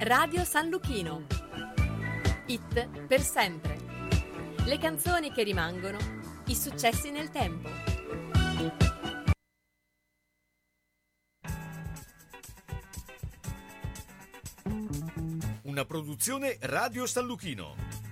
Radio San Luchino. Hit per sempre. Le canzoni che rimangono, i successi nel tempo. Una produzione Radio San Luchino.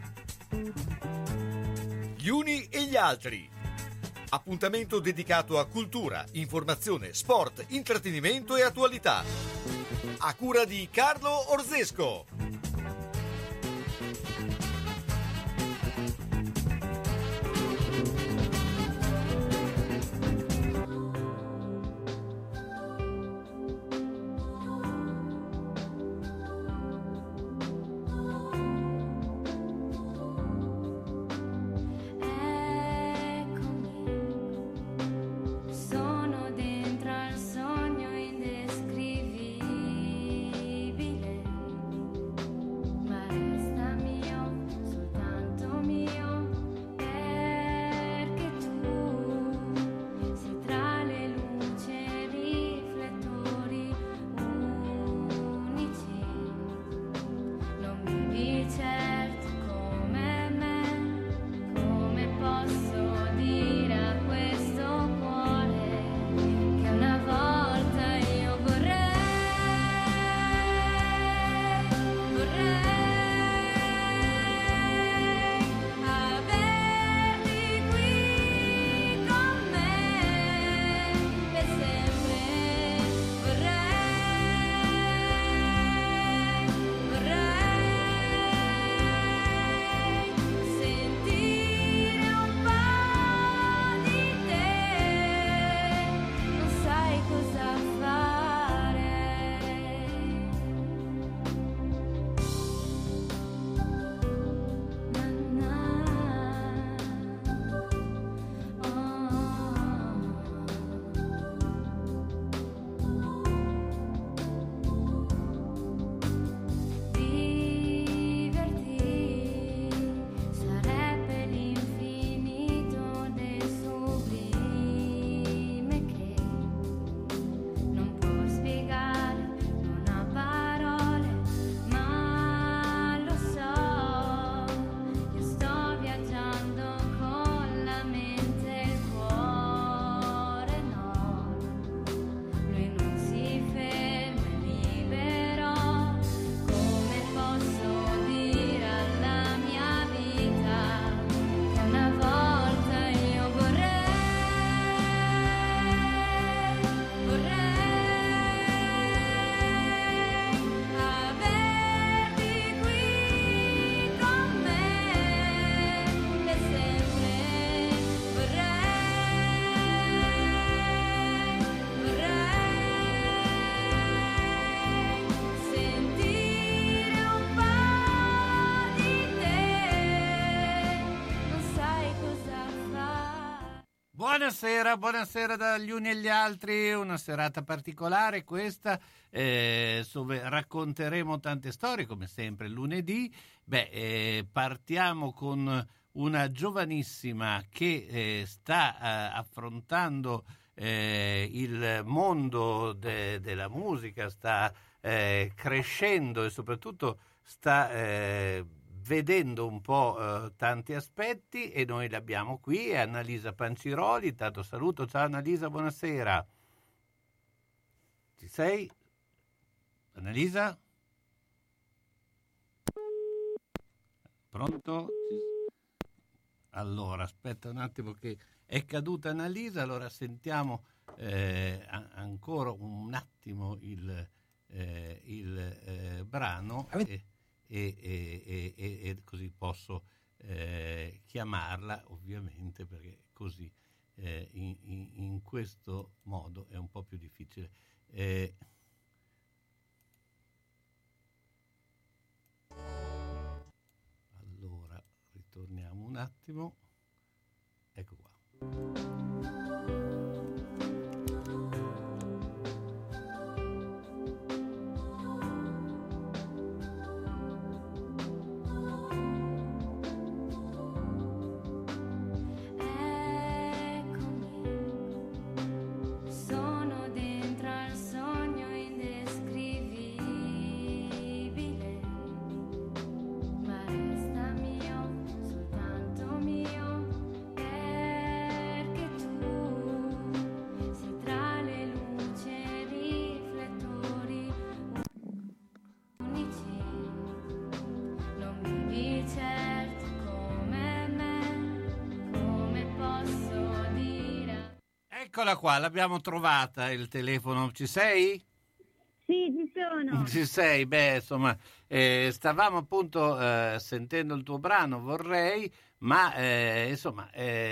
Gli uni e gli altri. Appuntamento dedicato a cultura, informazione, sport, intrattenimento e attualità. A cura di Carlo Orzesco. Buonasera dagli uni e gli altri, una serata particolare questa, dove racconteremo tante storie come sempre lunedì. Partiamo con una giovanissima che sta affrontando il mondo della musica, sta crescendo e soprattutto sta vedendo un po' tanti aspetti, e noi l'abbiamo qui, è Annalisa Panciroli. Intanto saluto, ciao Annalisa, buonasera. Ci sei? Annalisa? Pronto? Allora, aspetta un attimo che è caduta Annalisa, allora sentiamo ancora un attimo il brano. E così posso chiamarla, ovviamente, perché così in questo modo è un po' più difficile. Allora ritorniamo un attimo, ecco qua. Sono dentro al sogno indescrivibile. Eccola qua, l'abbiamo trovata il telefono. Ci sei? Sì, ci sono. Ci sei? Beh, insomma, stavamo appunto sentendo il tuo brano, Vorrei, ma insomma,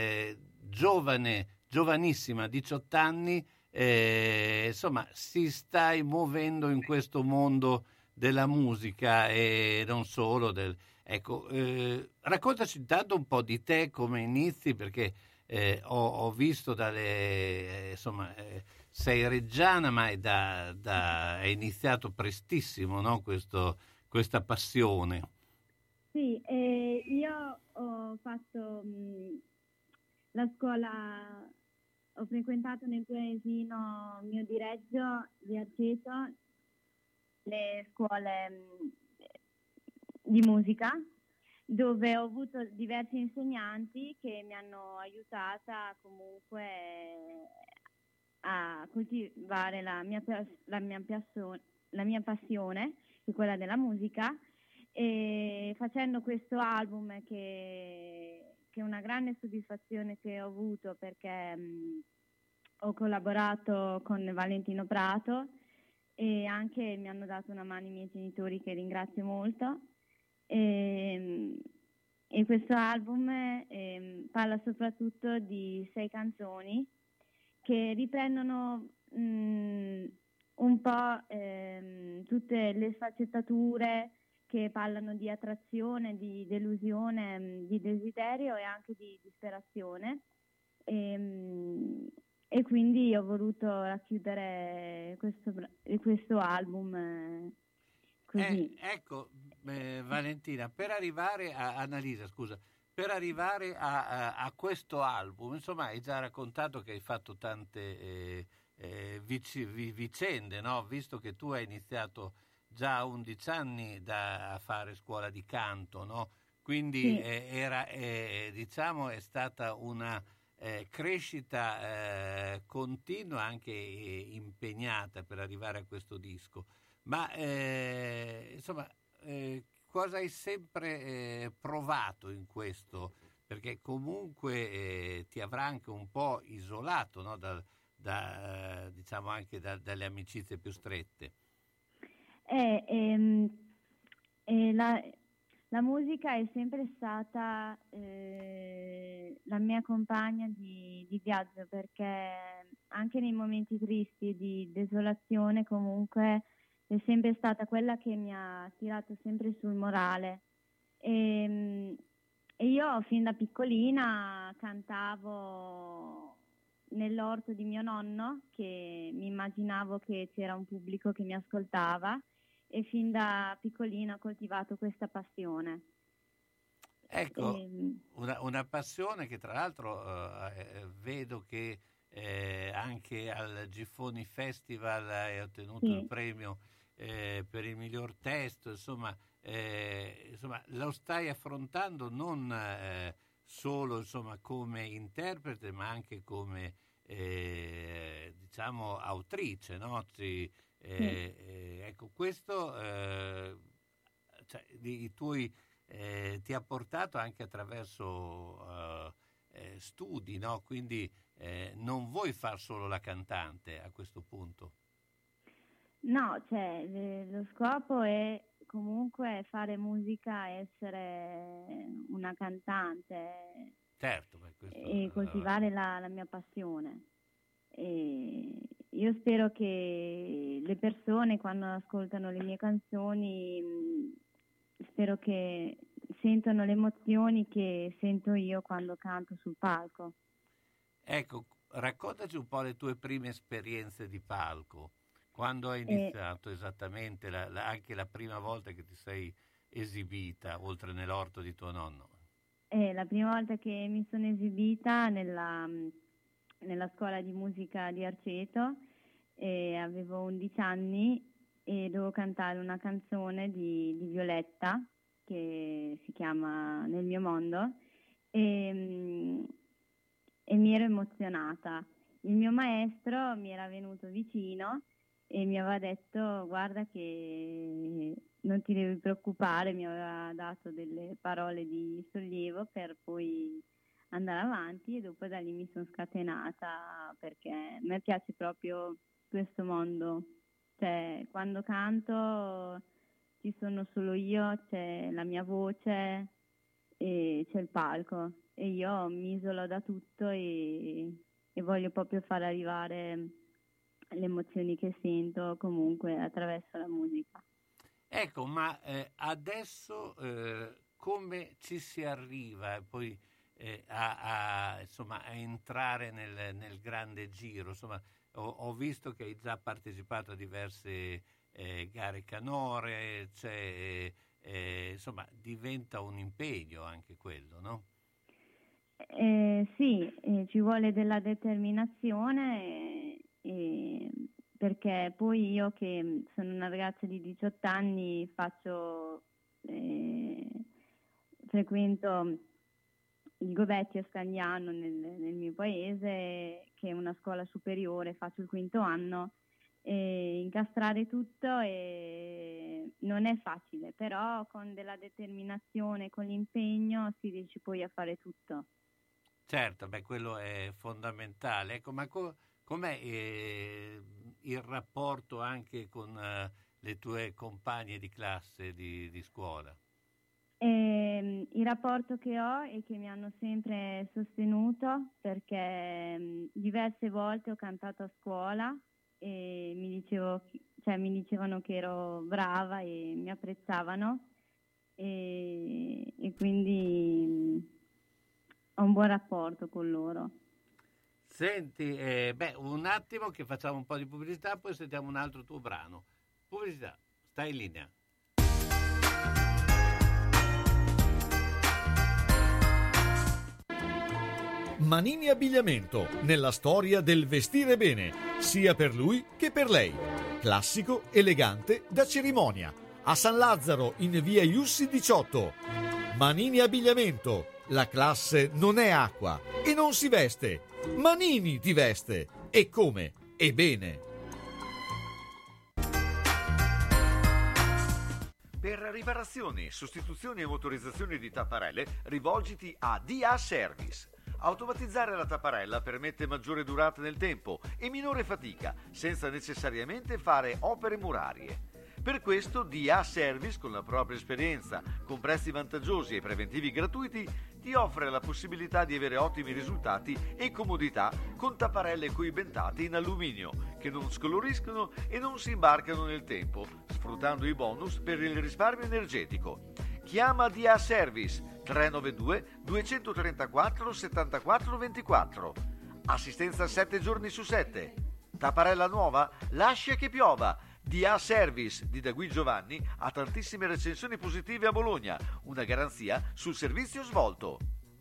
giovanissima, 18 anni, insomma, si stai muovendo in questo mondo della musica e non solo. Ecco, raccontaci intanto un po' di te, come inizi, perché ho visto insomma, sei reggiana, ma è iniziato prestissimo, no? Questa passione. Sì, io ho fatto la scuola, ho frequentato nel paesino mio di Reggio, di Arceto, le scuole di musica, dove ho avuto diversi insegnanti che mi hanno aiutata comunque a coltivare la mia passione, che è quella della musica, e facendo questo album che è una grande soddisfazione che ho avuto, perché ho collaborato con Valentino Prato e anche mi hanno dato una mano i miei genitori, che ringrazio molto. E questo album parla soprattutto di 6 canzoni che riprendono un po' tutte le sfaccettature, che parlano di attrazione, di delusione, di desiderio e anche di disperazione. E quindi ho voluto racchiudere questo album così. Ecco, Valentina, per arrivare a Annalisa, scusa, per arrivare a questo album, insomma, hai già raccontato che hai fatto tante vicende, no? Visto che tu hai iniziato già a 11 anni a fare scuola di canto, no? Quindi sì. Diciamo, è stata una crescita continua, anche impegnata per arrivare a questo disco. Ma insomma, cosa hai sempre provato in questo? Perché comunque ti avrà anche un po' isolato, no? Diciamo anche dalle amicizie più strette. La musica è sempre stata la mia compagna di viaggio, perché anche nei momenti tristi di desolazione comunque è sempre stata quella che mi ha tirato sempre sul morale. E io fin da piccolina cantavo nell'orto di mio nonno, che mi immaginavo che c'era un pubblico che mi ascoltava, e fin da piccolina ho coltivato questa passione. Ecco, una passione che tra l'altro vedo che anche al Giffoni Festival hai ottenuto il premio per il miglior testo, insomma, lo stai affrontando non solo, insomma, come interprete, ma anche come diciamo autrice, no? Ecco, questo cioè, i tuoi ti ha portato anche attraverso studi, no? Quindi non vuoi far solo la cantante a questo punto. No, cioè lo scopo è comunque fare musica, essere una cantante, certo, e coltivare la mia passione. E io spero che le persone, quando ascoltano le mie canzoni, spero che sentano le emozioni che sento io quando canto sul palco. Ecco, raccontaci un po' le tue prime esperienze di palco. Quando hai iniziato esattamente, anche la prima volta che ti sei esibita, oltre nell'orto di tuo nonno? La prima volta che mi sono esibita nella scuola di musica di Arceto, avevo 11 anni e dovevo cantare una canzone di Violetta, che si chiama Nel mio mondo, e mi ero emozionata. Il mio maestro mi era venuto vicino e mi aveva detto: guarda che non ti devi preoccupare, mi aveva dato delle parole di sollievo per poi andare avanti, e dopo da lì mi sono scatenata perché a me piace proprio questo mondo. Cioè, quando canto ci sono solo io, c'è la mia voce e c'è il palco, e io mi isolo da tutto e voglio proprio far arrivare le emozioni che sento comunque attraverso la musica. Ecco, ma adesso come ci si arriva poi insomma, a entrare nel grande giro? Insomma, ho visto che hai già partecipato a diverse gare canore, insomma, diventa un impegno anche quello, no? Sì, ci vuole della determinazione, perché poi io, che sono una ragazza di 18 anni, frequento il Gobetti a Scagliano nel mio paese, che è una scuola superiore, faccio il 5º anno, e incastrare tutto non è facile, però con della determinazione, con l'impegno si riesce poi a fare tutto. Certo, quello è fondamentale. Ecco, ma com'è il rapporto anche con le tue compagne di classe di scuola? Il rapporto che ho è che mi hanno sempre sostenuto, perché diverse volte ho cantato a scuola e mi dicevano che ero brava e mi apprezzavano, e quindi ho un buon rapporto con loro. Senti, un attimo che facciamo un po' di pubblicità, poi sentiamo un altro tuo brano. Pubblicità, stai in linea. Manini Abbigliamento, nella storia del vestire bene, sia per lui che per lei. Classico, elegante, da cerimonia. A San Lazzaro, in via Iussi 18. Manini Abbigliamento, la classe non è acqua e non si veste. Manini ti veste. E come? E bene. Per riparazioni, sostituzioni e motorizzazioni di tapparelle, rivolgiti a DA Service. Automatizzare la tapparella permette maggiore durata nel tempo e minore fatica, senza necessariamente fare opere murarie. Per questo DA Service, con la propria esperienza, con prezzi vantaggiosi e preventivi gratuiti, ti offre la possibilità di avere ottimi risultati e comodità con tapparelle coibentate in alluminio, che non scoloriscono e non si imbarcano nel tempo, sfruttando i bonus per il risparmio energetico. Chiama DA Service 392 234 74 24. Assistenza 7 giorni su 7. Tapparella nuova? Lascia che piova. DA Service di Dagui Giovanni ha tantissime recensioni positive a Bologna, una garanzia sul servizio svolto.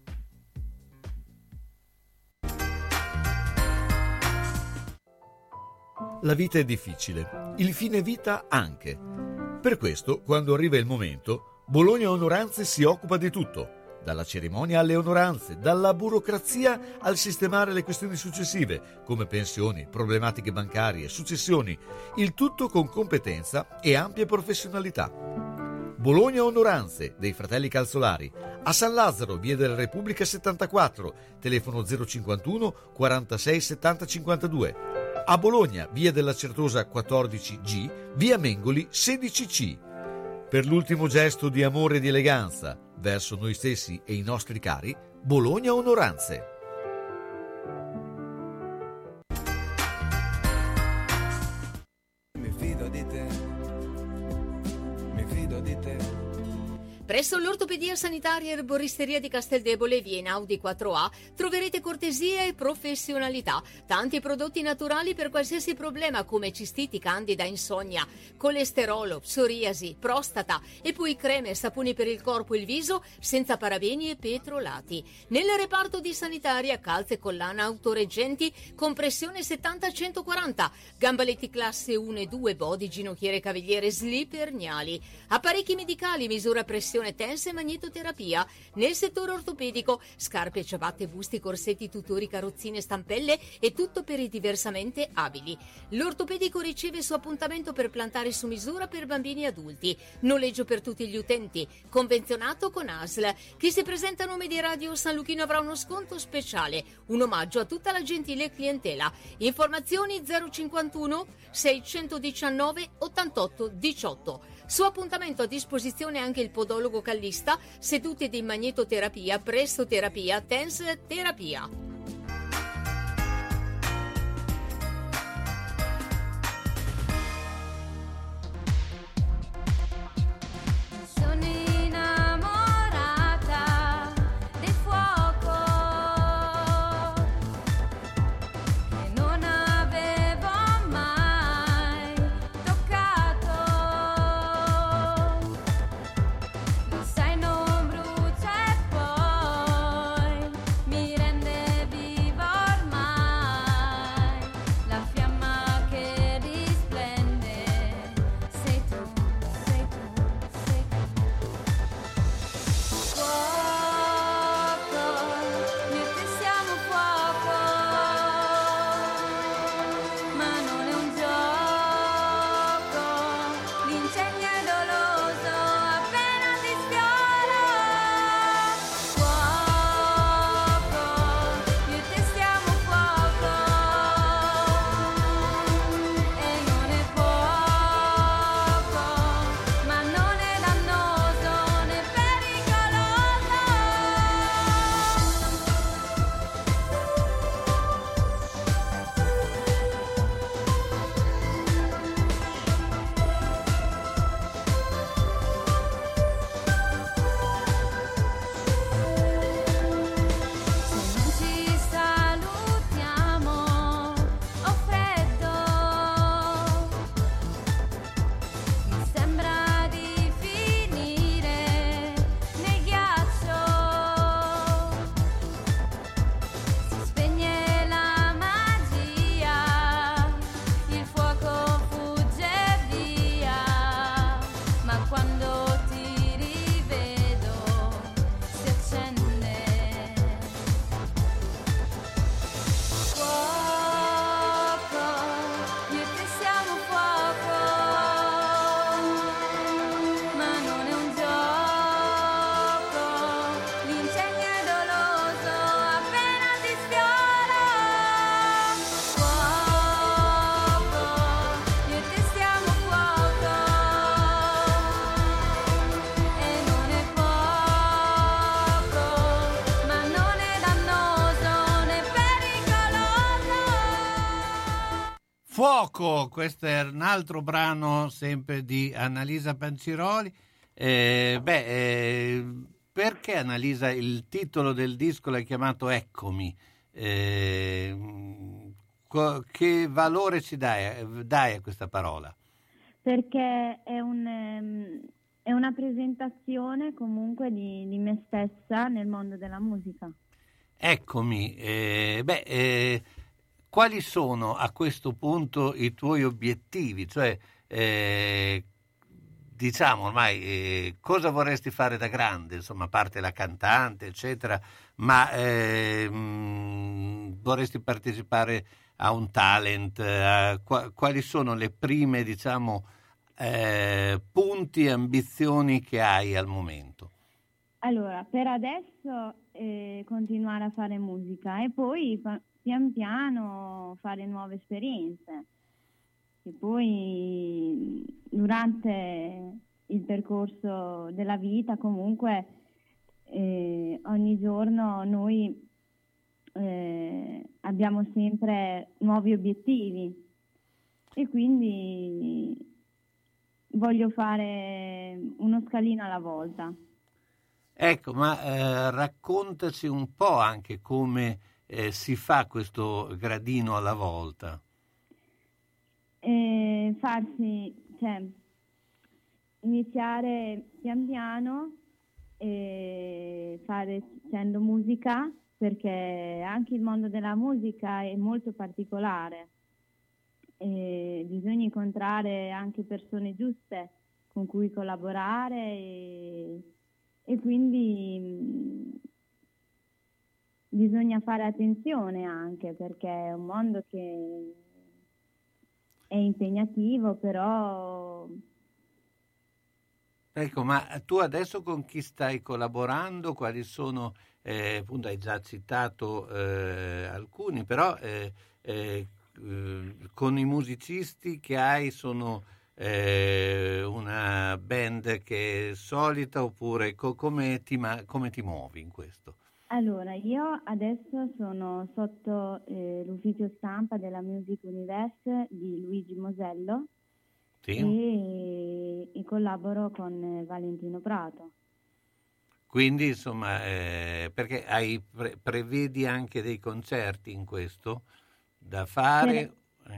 La vita è difficile, il fine vita anche. Per questo, quando arriva il momento, Bologna Onoranze si occupa di tutto, dalla cerimonia alle onoranze, dalla burocrazia al sistemare le questioni successive, come pensioni, problematiche bancarie, successioni, il tutto con competenza e ampia professionalità. Bologna Onoranze dei fratelli Calzolari, a San Lazzaro, via della Repubblica 74, telefono 051 46 70 52. A Bologna, via della Certosa 14G, via Mengoli 16C. Per l'ultimo gesto di amore e di eleganza verso noi stessi e i nostri cari, Bologna Onoranze. Mi fido di te, mi fido di te. Presso l'Ortopedia Sanitaria e Erboristeria di Casteldebole, via Einaudi 4A, troverete cortesia e professionalità. Tanti prodotti naturali per qualsiasi problema come cistiti, candida, insonnia, colesterolo, psoriasi, prostata, e poi creme e saponi per il corpo e il viso senza parabeni e petrolati. Nel reparto di sanitaria, calze, collana autoreggenti, compressione 70-140, gambaletti classe 1 e 2, body, ginocchiere, cavigliere, slip erniali, apparecchi medicali, misura pressione disposizione TENS e magnetoterapia. Nel settore ortopedico, scarpe, ciabatte, busti, corsetti, tutori, carrozzine, stampelle e tutto per i diversamente abili. L'ortopedico riceve su appuntamento per plantare su misura per bambini e adulti. Noleggio per tutti gli utenti. Convenzionato con ASL. Chi si presenta a nome di Radio San Luchino avrà uno sconto speciale. Un omaggio a tutta la gentile clientela. Informazioni 051 619 88 18. Su appuntamento a disposizione anche il podologo callista, sedute di magnetoterapia, prestoterapia, TENS terapia. Sono innamorata del fuoco che non avevo mai toccato. Lo sai, non brucia e poi mi rende viva ormai. La fiamma che risplende sei tu, sei tu, sei tu. Fuoco, io e te siamo fuoco, ma non è un gioco, l'incendio è doloso appena ti sfiora. Fuoco, io e te siamo fuoco, e non è poco, ma non è dannoso né pericoloso. Se non ci salutiamo, ho freddo, mi sembra di finire nel ghiaccio. Si spegne la magia, il fuoco fugge via, ma quando ti rivedo si accende. Fuoco, io e te siamo fuoco, ma non è un gioco, l'incendio è doloso appena ti sfiora. Fuoco, io e te siamo fuoco, e non è poco, ma non è dannoso né pericoloso. Fuoco, questo è un altro brano sempre di Annalisa Panciroli. Perché Annalisa il titolo del disco l'hai chiamato Eccomi? Che valore ci dai a questa parola? Perché è una presentazione comunque di me stessa nel mondo della musica. Eccomi, quali sono a questo punto i tuoi obiettivi? Cioè, diciamo ormai, cosa vorresti fare da grande? Insomma, a parte la cantante, eccetera, ma vorresti partecipare a un talent? Quali sono le prime, diciamo, punti e ambizioni che hai al momento? Allora, per adesso continuare a fare musica e poi pian piano fare nuove esperienze. E poi durante il percorso della vita comunque ogni giorno noi abbiamo sempre nuovi obiettivi e quindi voglio fare uno scalino alla volta. Ecco, ma raccontaci un po' anche come si fa questo gradino alla volta. Iniziare pian piano e fare facendo musica, perché anche il mondo della musica è molto particolare e bisogna incontrare anche persone giuste con cui collaborare e quindi bisogna fare attenzione anche, perché è un mondo che è impegnativo, però... Ecco, ma tu adesso con chi stai collaborando? Quali sono, appunto hai già citato alcuni, però con i musicisti che hai sono una band che è solita, oppure come ti muovi in questo? Allora, io adesso sono sotto l'ufficio stampa della Music Universe di Luigi Mosello, sì, e collaboro con Valentino Prato. Quindi, insomma, perché prevedi anche dei concerti in questo da fare?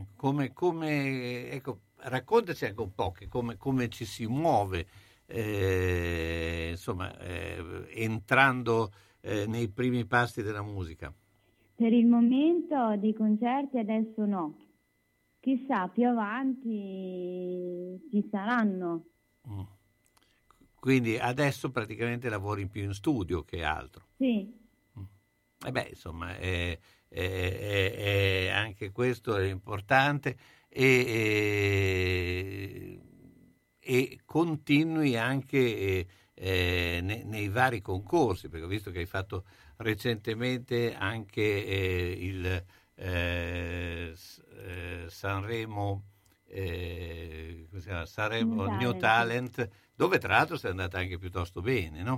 Ecco, raccontaci anche un po' come ci si muove, insomma, entrando nei primi passi della musica. Per il momento di concerti adesso no. Chissà, più avanti ci saranno. Quindi adesso praticamente lavori più in studio che altro. Sì. E beh, insomma, anche questo è importante, e continui anche nei vari concorsi, perché ho visto che hai fatto recentemente anche il Sanremo, Sanremo New Talent, dove tra l'altro sei andata anche piuttosto bene, no?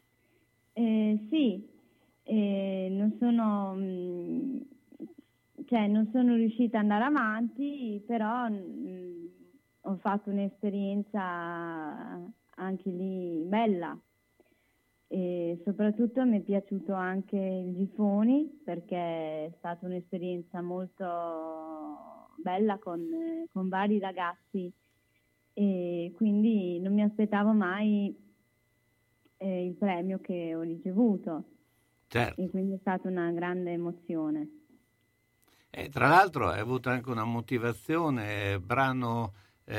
Sì, non sono riuscita ad andare avanti, però ho fatto un'esperienza anche lì bella, e soprattutto mi è piaciuto anche il Gifoni, perché è stata un'esperienza molto bella con vari ragazzi, e quindi non mi aspettavo mai il premio che ho ricevuto. Certo. E quindi è stata una grande emozione. Tra l'altro hai avuto anche una motivazione, brano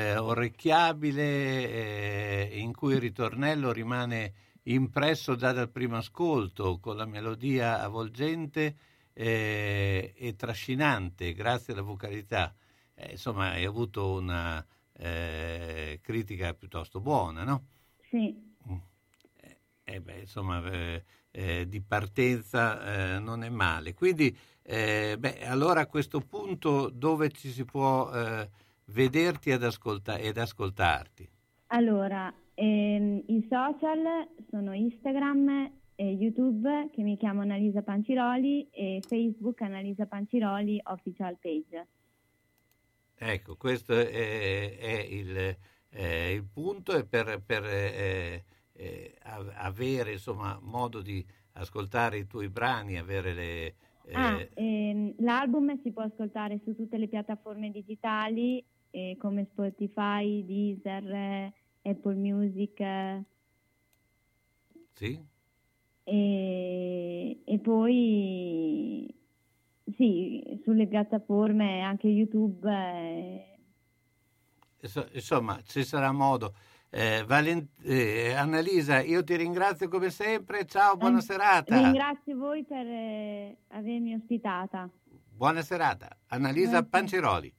orecchiabile, in cui il ritornello rimane impresso già dal primo ascolto, con la melodia avvolgente e trascinante grazie alla vocalità. Insomma, hai avuto una critica piuttosto buona, no? Sì. Insomma, di partenza non è male. Quindi, allora a questo punto dove ci si può vederti ed ascoltarti? Allora, i social sono Instagram e YouTube, che mi chiamo Annalisa Panciroli, e Facebook Annalisa Panciroli Official Page. Ecco, questo è il punto, e per avere, insomma, modo di ascoltare i tuoi brani, avere l'album si può ascoltare su tutte le piattaforme digitali, come Spotify, Deezer, Apple Music. Sì. E poi sì, sulle piattaforme anche YouTube. Insomma, ci sarà modo. Annalisa, io ti ringrazio come sempre, ciao, buona serata. Ringrazio voi per avermi ospitata. Buona serata, Annalisa Panciroli.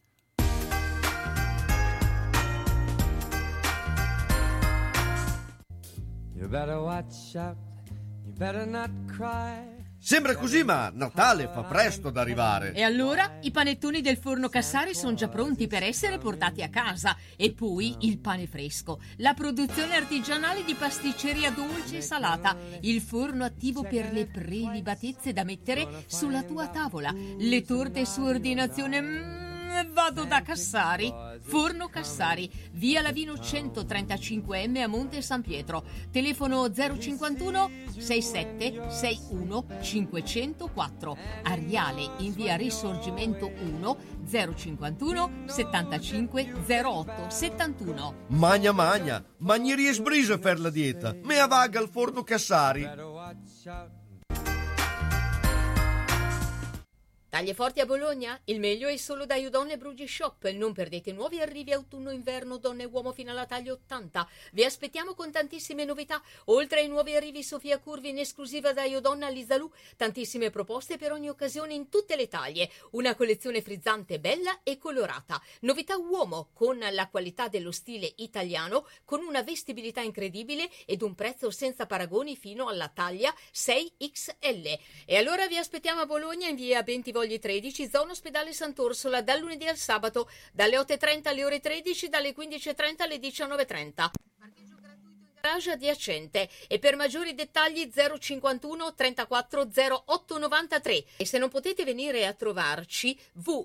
You better watch out, you better not cry. Sembra così, ma Natale fa presto ad arrivare. E allora i panettoni del forno Cassari sono già pronti per essere portati a casa. E poi il pane fresco, la produzione artigianale di pasticceria dolce e salata, il forno attivo per le prelibatezze da mettere sulla tua tavola, le torte su ordinazione. Vado da Cassari. Forno Cassari, via Lavino 135M a Monte San Pietro. Telefono 051 67 61 504. Ariale in via Risorgimento 1 051 75 08 71. Magna, magni e sbrise per la dieta. Me avaga il forno Cassari. Taglie forti a Bologna? Il meglio è solo da Iodonne Brugi Shop. Non perdete nuovi arrivi autunno-inverno donna e uomo fino alla taglia 80. Vi aspettiamo con tantissime novità. Oltre ai nuovi arrivi Sofia Curvi in esclusiva da Iodonna all'Isalù, tantissime proposte per ogni occasione in tutte le taglie. Una collezione frizzante, bella e colorata. Novità uomo con la qualità dello stile italiano, con una vestibilità incredibile ed un prezzo senza paragoni fino alla taglia 6XL. E allora vi aspettiamo a Bologna in via Bentivogli 13, zona ospedale Sant'Orsola, dal lunedì al sabato, dalle 8.30 alle ore 13, dalle 15.30 alle 19.30. Parcheggio gratuito in garage adiacente. E per maggiori dettagli 051 34 08 93. E se non potete venire a trovarci,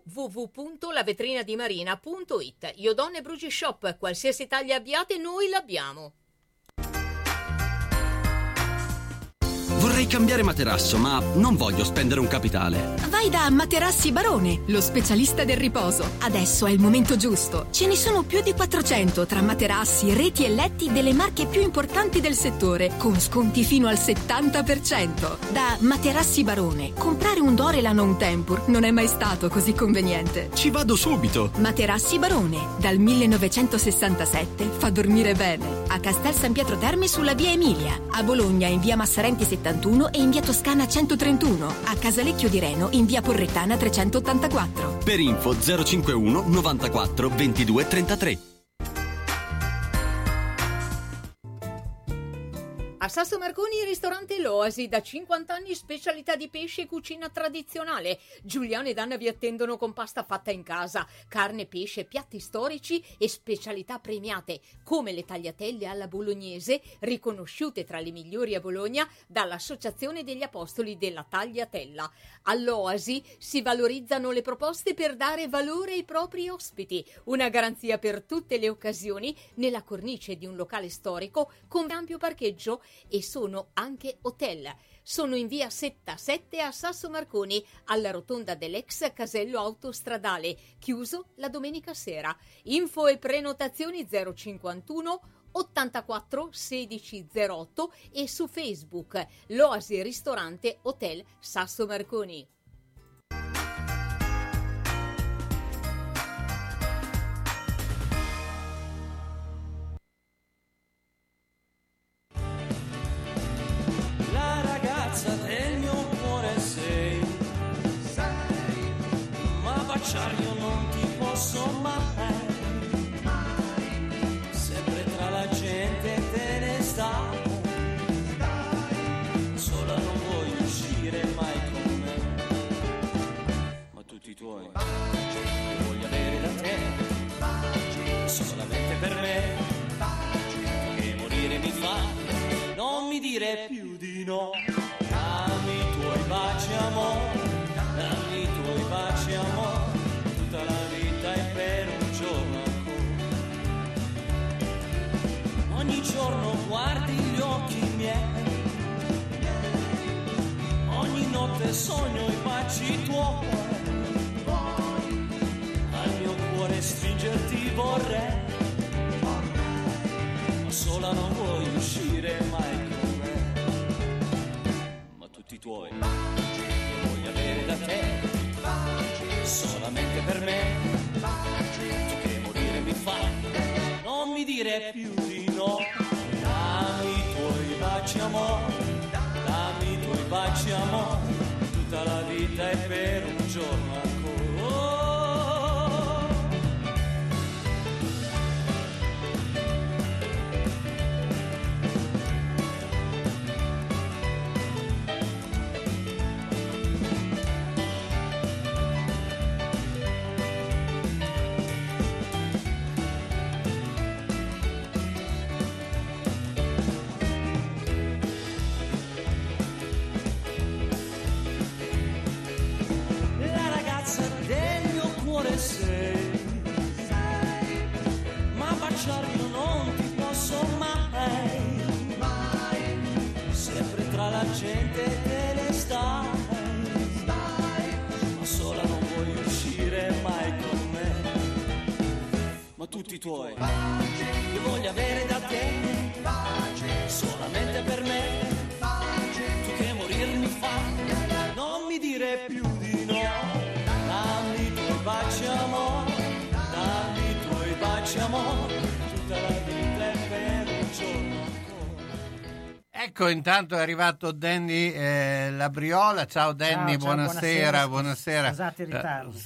www.lavetrinadimarina.it. Iodonne Brugi Shop, qualsiasi taglia abbiate noi l'abbiamo. Vorrei cambiare materasso, ma non voglio spendere un capitale. Vai da Materassi Barone, lo specialista del riposo. Adesso è il momento giusto. Ce ne sono più di 400 tra materassi, reti e letti delle marche più importanti del settore, con sconti fino al 70%. Da Materassi Barone, comprare un Dorelan o un Tempur non è mai stato così conveniente. Ci vado subito. Materassi Barone, dal 1967, fa dormire bene. A Castel San Pietro Terme sulla via Emilia, a Bologna in via Massarenti 71 e in via Toscana 131, a Casalecchio di Reno in via Porrettana 384. Per info 051 94 22 33. A Sasso Marconi il ristorante L'Oasi, da 50 anni specialità di pesce e cucina tradizionale. Giuliano ed Anna vi attendono con pasta fatta in casa, carne, pesce, piatti storici e specialità premiate, come le tagliatelle alla bolognese, riconosciute tra le migliori a Bologna dall'Associazione degli Apostoli della Tagliatella. All'Oasi si valorizzano le proposte per dare valore ai propri ospiti, una garanzia per tutte le occasioni nella cornice di un locale storico con ampio parcheggio, e sono anche hotel. Sono in via Setta 7 a Sasso Marconi, alla rotonda dell'ex casello autostradale, chiuso la domenica sera. Info e prenotazioni 051 84 16 08 e su Facebook L'Oasi Ristorante Hotel Sasso Marconi. Del mio cuore sei, ma baciare io non ti posso mai, sempre tra la gente te ne stai, sola non vuoi uscire mai con me, ma tutti i tuoi li voglio avere da te, solamente per me, che morire mi fa, non mi dire più di no. Dammi i tuoi baci amore, dammi i tuoi baci amore, tutta la vita è per un giorno ancora. Ogni giorno guardi gli occhi miei, ogni notte sogno i baci tuoi, al mio cuore stringerti vorrei, ma sola non vuoi uscire mai con me. Tutti i tuoi li voglio avere da te, solamente per me, tu che morire mi fai, non mi dire più di no. Dammi i tuoi baci amore, dammi i tuoi baci amore, tutta la vita è per un giorno ancora. Sei, ma baciare io non ti posso mai, sempre tra la gente te ne stai, ma sola non vuoi uscire mai con me, ma tutti i tuoi li voglio avere da te, solamente per me, tu che morir mi fai, non mi dire più di no. baciamo, tutta la vita è per un giorno ancora. Ecco, intanto è arrivato Danny Labriola. Ciao Danny, Ciao, buonasera. Scusate il ritardo.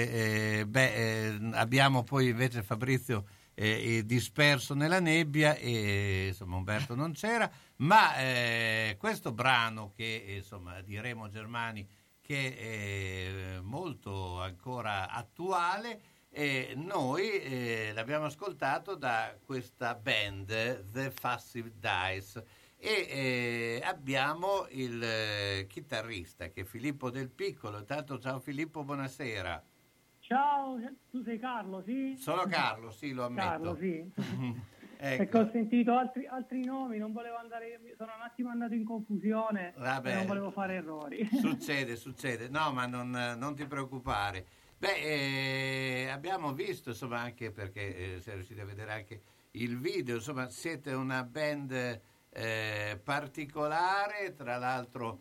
Abbiamo poi invece Fabrizio disperso nella nebbia e insomma Umberto non c'era, ma questo brano che insomma di Remo Germani, che è molto ancora attuale, noi l'abbiamo ascoltato da questa band The Fussy Dice e abbiamo il chitarrista che è Filippo Del Piccolo. Intanto ciao Filippo, buonasera. Ciao, tu sei Carlo, sì? Sono Carlo, sì, lo ammetto. Carlo, sì. Ecco. Perché ho sentito altri nomi, non volevo andare, sono un attimo andato in confusione. Vabbè, e non volevo fare errori. Succede, no, ma non ti preoccupare. Abbiamo visto, insomma, anche perché se riuscite a vedere anche il video, insomma, siete una band particolare, tra l'altro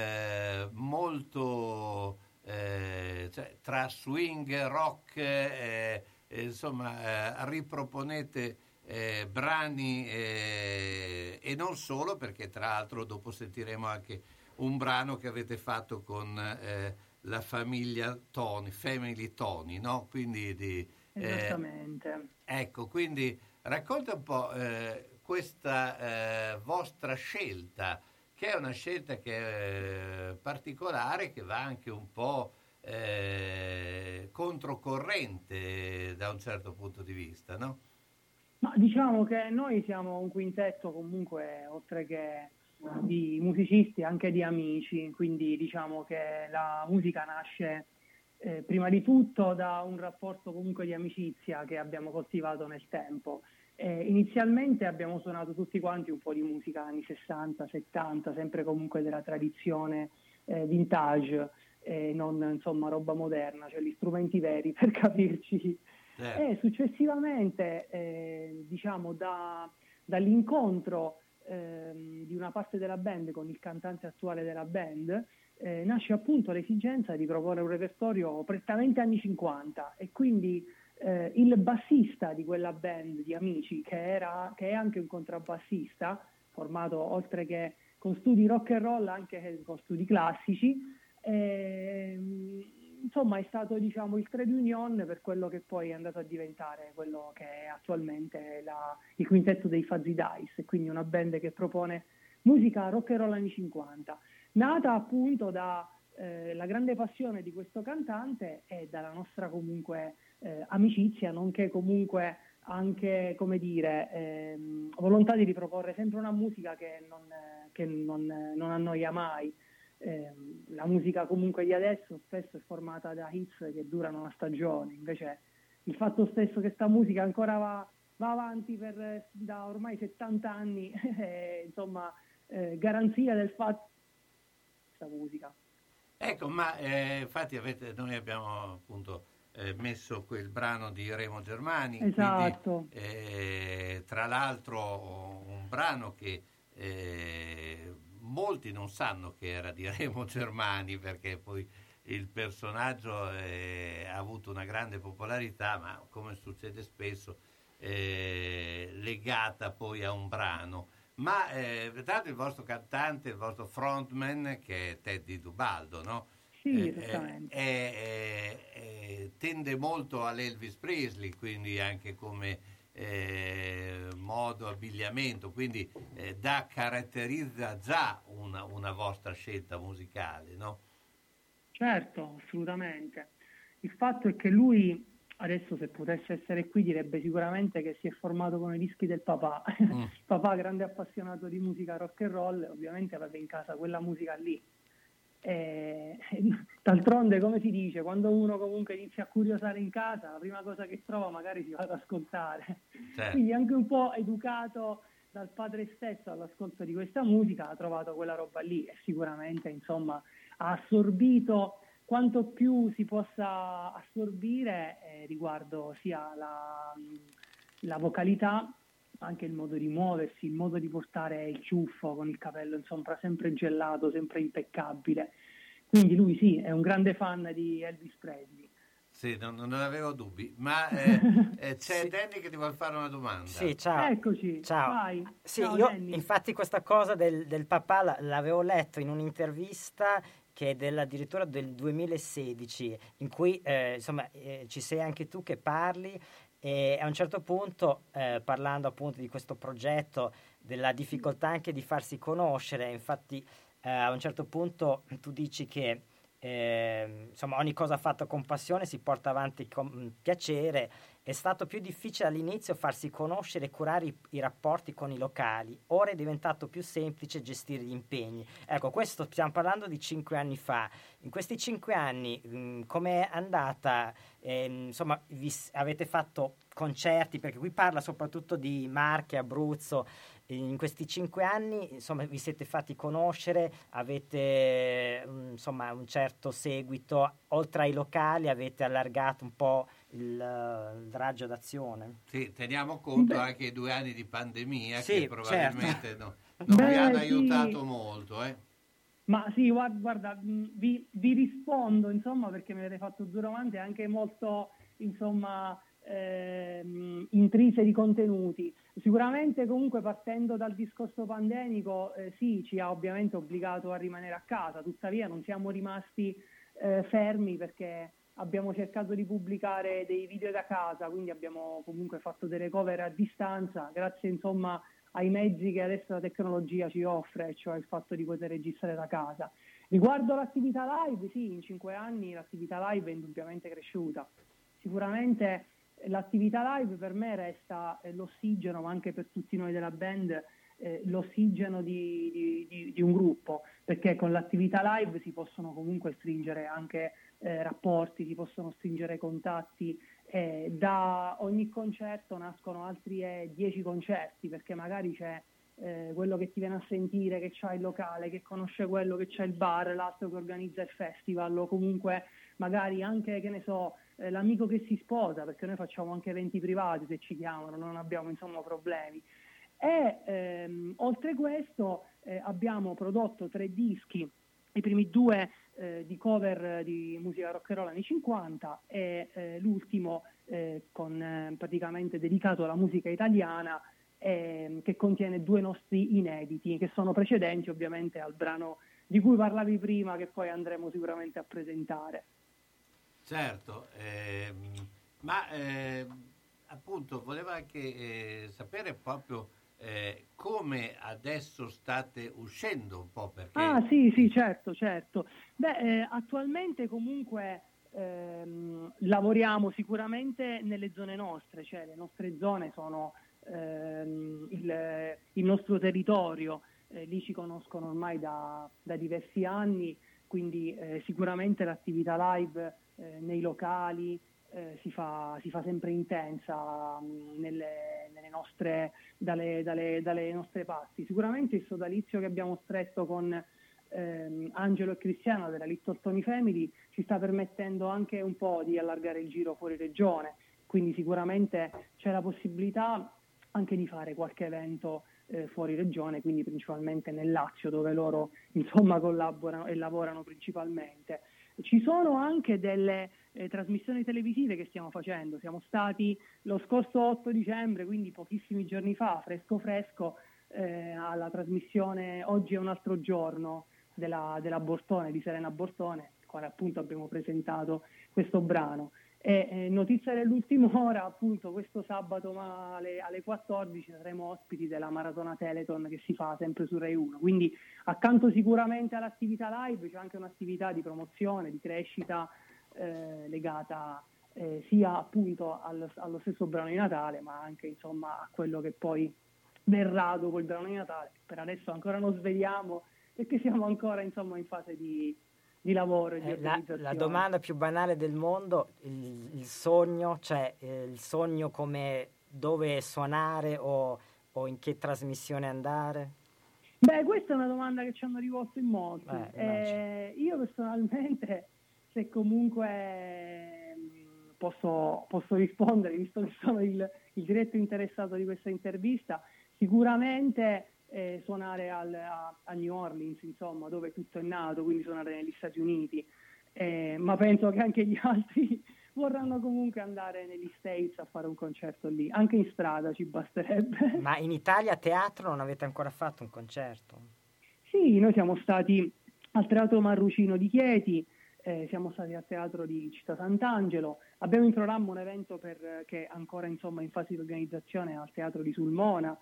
molto cioè, tra swing, rock, insomma, riproponete brani e non solo, perché tra l'altro dopo sentiremo anche un brano che avete fatto con la famiglia Toni, Family Toni, no? Quindi Esattamente. Ecco, quindi racconta un po' questa vostra scelta, che è una scelta che è particolare, che va anche un po' controcorrente da un certo punto di vista, no? Ma diciamo che noi siamo un quintetto comunque, oltre che di musicisti, anche di amici, quindi diciamo che la musica nasce prima di tutto da un rapporto comunque di amicizia che abbiamo coltivato nel tempo. Inizialmente abbiamo suonato tutti quanti un po' di musica anni 60, 70, sempre comunque della tradizione vintage, non insomma roba moderna, cioè gli strumenti veri per capirci. E successivamente diciamo dall'incontro di una parte della band con il cantante attuale della band nasce appunto l'esigenza di proporre un repertorio prettamente anni 50 e quindi il bassista di quella band di amici, che è anche un contrabbassista, formato oltre che con studi rock and roll anche con studi classici, insomma è stato diciamo il trade union per quello che poi è andato a diventare quello che è attualmente il quintetto dei Fuzzy Dice, quindi una band che propone musica rock and roll anni 50, nata appunto da la grande passione di questo cantante e dalla nostra comunque amicizia, nonché comunque anche, come dire, volontà di riproporre sempre una musica che non annoia mai. La musica comunque di adesso spesso è formata da hits che durano una stagione, invece il fatto stesso che sta musica ancora va avanti da ormai 70 anni è insomma garanzia del fatto questa musica. Ecco, ma infatti noi abbiamo appunto messo quel brano di Remo Germani, esatto. Quindi, tra l'altro un brano che molti non sanno che era di Remo Germani, perché poi il personaggio ha avuto una grande popolarità, ma come succede spesso legata poi a un brano. Ma tanto il vostro cantante, il vostro frontman, che è Teddy Dubaldo, no? Sì, esattamente. Tende molto all'Elvis Presley, quindi anche come modo, abbigliamento, quindi caratterizza già una vostra scelta musicale, no? Certo, assolutamente. Il fatto è che lui adesso, se potesse essere qui, direbbe sicuramente che si è formato con i dischi del papà. Papà, grande appassionato di musica rock and roll, ovviamente aveva in casa quella musica lì. D'altronde, come si dice, quando uno comunque inizia a curiosare in casa, la prima cosa che trova magari si va ad ascoltare. Certo. Quindi anche un po' educato dal padre stesso all'ascolto di questa musica, ha trovato quella roba lì e sicuramente insomma ha assorbito quanto più si possa assorbire riguardo sia la vocalità, anche il modo di muoversi, il modo di portare il ciuffo con il capello insomma sempre gelato, sempre impeccabile. Quindi lui sì, è un grande fan di Elvis Presley. Sì, non avevo dubbi, ma c'è Danny che ti vuole fare una domanda. Sì, ciao. Eccoci, ciao. vai. Sì, Ciao, io Danny. infatti questa cosa del papà l'avevo letto in un'intervista che è addirittura del 2016, in cui ci sei anche tu che parli, e a un certo punto, parlando appunto di questo progetto, della difficoltà anche di farsi conoscere, infatti a un certo punto tu dici che ogni cosa fatta con passione si porta avanti con piacere. È stato più difficile all'inizio farsi conoscere e curare i rapporti con i locali, ora è diventato più semplice gestire gli impegni. Ecco, questo stiamo parlando di 5 anni fa. In questi 5 anni com'è andata? Avete fatto concerti, perché qui parla soprattutto di Marche, Abruzzo. In questi 5 anni vi siete fatti conoscere, avete un certo seguito, oltre ai locali avete allargato un po' il raggio d'azione. Sì, teniamo conto anche i 2 anni di pandemia, sì, che probabilmente certo. non vi hanno aiutato molto. Ma sì, guarda, vi rispondo, perché mi avete fatto 2 domande anche molto, intrise di contenuti. Sicuramente comunque partendo dal discorso pandemico, sì, ci ha ovviamente obbligato a rimanere a casa, tuttavia non siamo rimasti fermi, perché abbiamo cercato di pubblicare dei video da casa, quindi abbiamo comunque fatto delle cover a distanza, grazie ai mezzi che adesso la tecnologia ci offre, cioè il fatto di poter registrare da casa. Riguardo l'attività live, sì, in 5 anni l'attività live è indubbiamente cresciuta. Sicuramente l'attività live per me resta l'ossigeno, ma anche per tutti noi della band, l'ossigeno di un gruppo, perché con l'attività live si possono comunque stringere anche rapporti, si possono stringere contatti, da ogni concerto nascono altri 10 concerti, perché magari c'è quello che ti viene a sentire, che c'ha il locale, che conosce quello che c'ha il bar, l'altro che organizza il festival, o comunque magari anche, l'amico che si sposa, perché noi facciamo anche eventi privati se ci chiamano, non abbiamo problemi. E oltre questo abbiamo prodotto 3 dischi, i primi 2 di cover di musica rock and roll anni 50 e l'ultimo praticamente dedicato alla musica italiana, che contiene 2 nostri inediti, che sono precedenti ovviamente al brano di cui parlavi prima, che poi andremo sicuramente a presentare. Certo, appunto volevo anche sapere proprio come adesso state uscendo un po', perché... Ah sì, certo. Attualmente comunque lavoriamo sicuramente nelle zone nostre, cioè le nostre zone sono il nostro territorio, lì ci conoscono ormai da diversi anni, quindi sicuramente l'attività live nei locali si fa sempre intensa dalle nostre parti. Sicuramente il sodalizio che abbiamo stretto con Angelo e Cristiano della Little Tony Family ci sta permettendo anche un po' di allargare il giro fuori regione, quindi sicuramente c'è la possibilità anche di fare qualche evento fuori regione, quindi principalmente nel Lazio, dove loro collaborano e lavorano principalmente. Ci sono anche delle trasmissioni televisive che stiamo facendo. Siamo stati lo scorso 8 dicembre, quindi pochissimi giorni fa, fresco, alla trasmissione Oggi è un altro giorno della Bortone, di Serena Bortone, quale appunto abbiamo presentato questo brano. E notizia dell'ultima ora, appunto questo sabato alle 14 saremo ospiti della Maratona Teleton che si fa sempre su Rai 1, quindi accanto sicuramente all'attività live c'è anche un'attività di promozione, di crescita legata sia appunto allo stesso brano di Natale, ma anche a quello che poi verrà dopo il brano di Natale. Per adesso ancora non sveliamo, perché siamo ancora in fase di lavoro e di organizzazione. La domanda più banale del mondo, il sogno, cioè il sogno come dove suonare o in che trasmissione andare? Beh, questa è una domanda che ci hanno rivolto in molti. Io personalmente, se comunque posso rispondere, visto che sono il diretto interessato di questa intervista, sicuramente suonare a New Orleans, dove tutto è nato, quindi suonare negli Stati Uniti, ma penso che anche gli altri vorranno comunque andare negli States a fare un concerto lì, anche in strada ci basterebbe. Ma in Italia a teatro non avete ancora fatto un concerto? Sì, noi siamo stati al Teatro Marrucino di Chieti, siamo stati al Teatro di Città Sant'Angelo, abbiamo in programma un evento che è ancora insomma in fase di organizzazione al Teatro di Sulmona,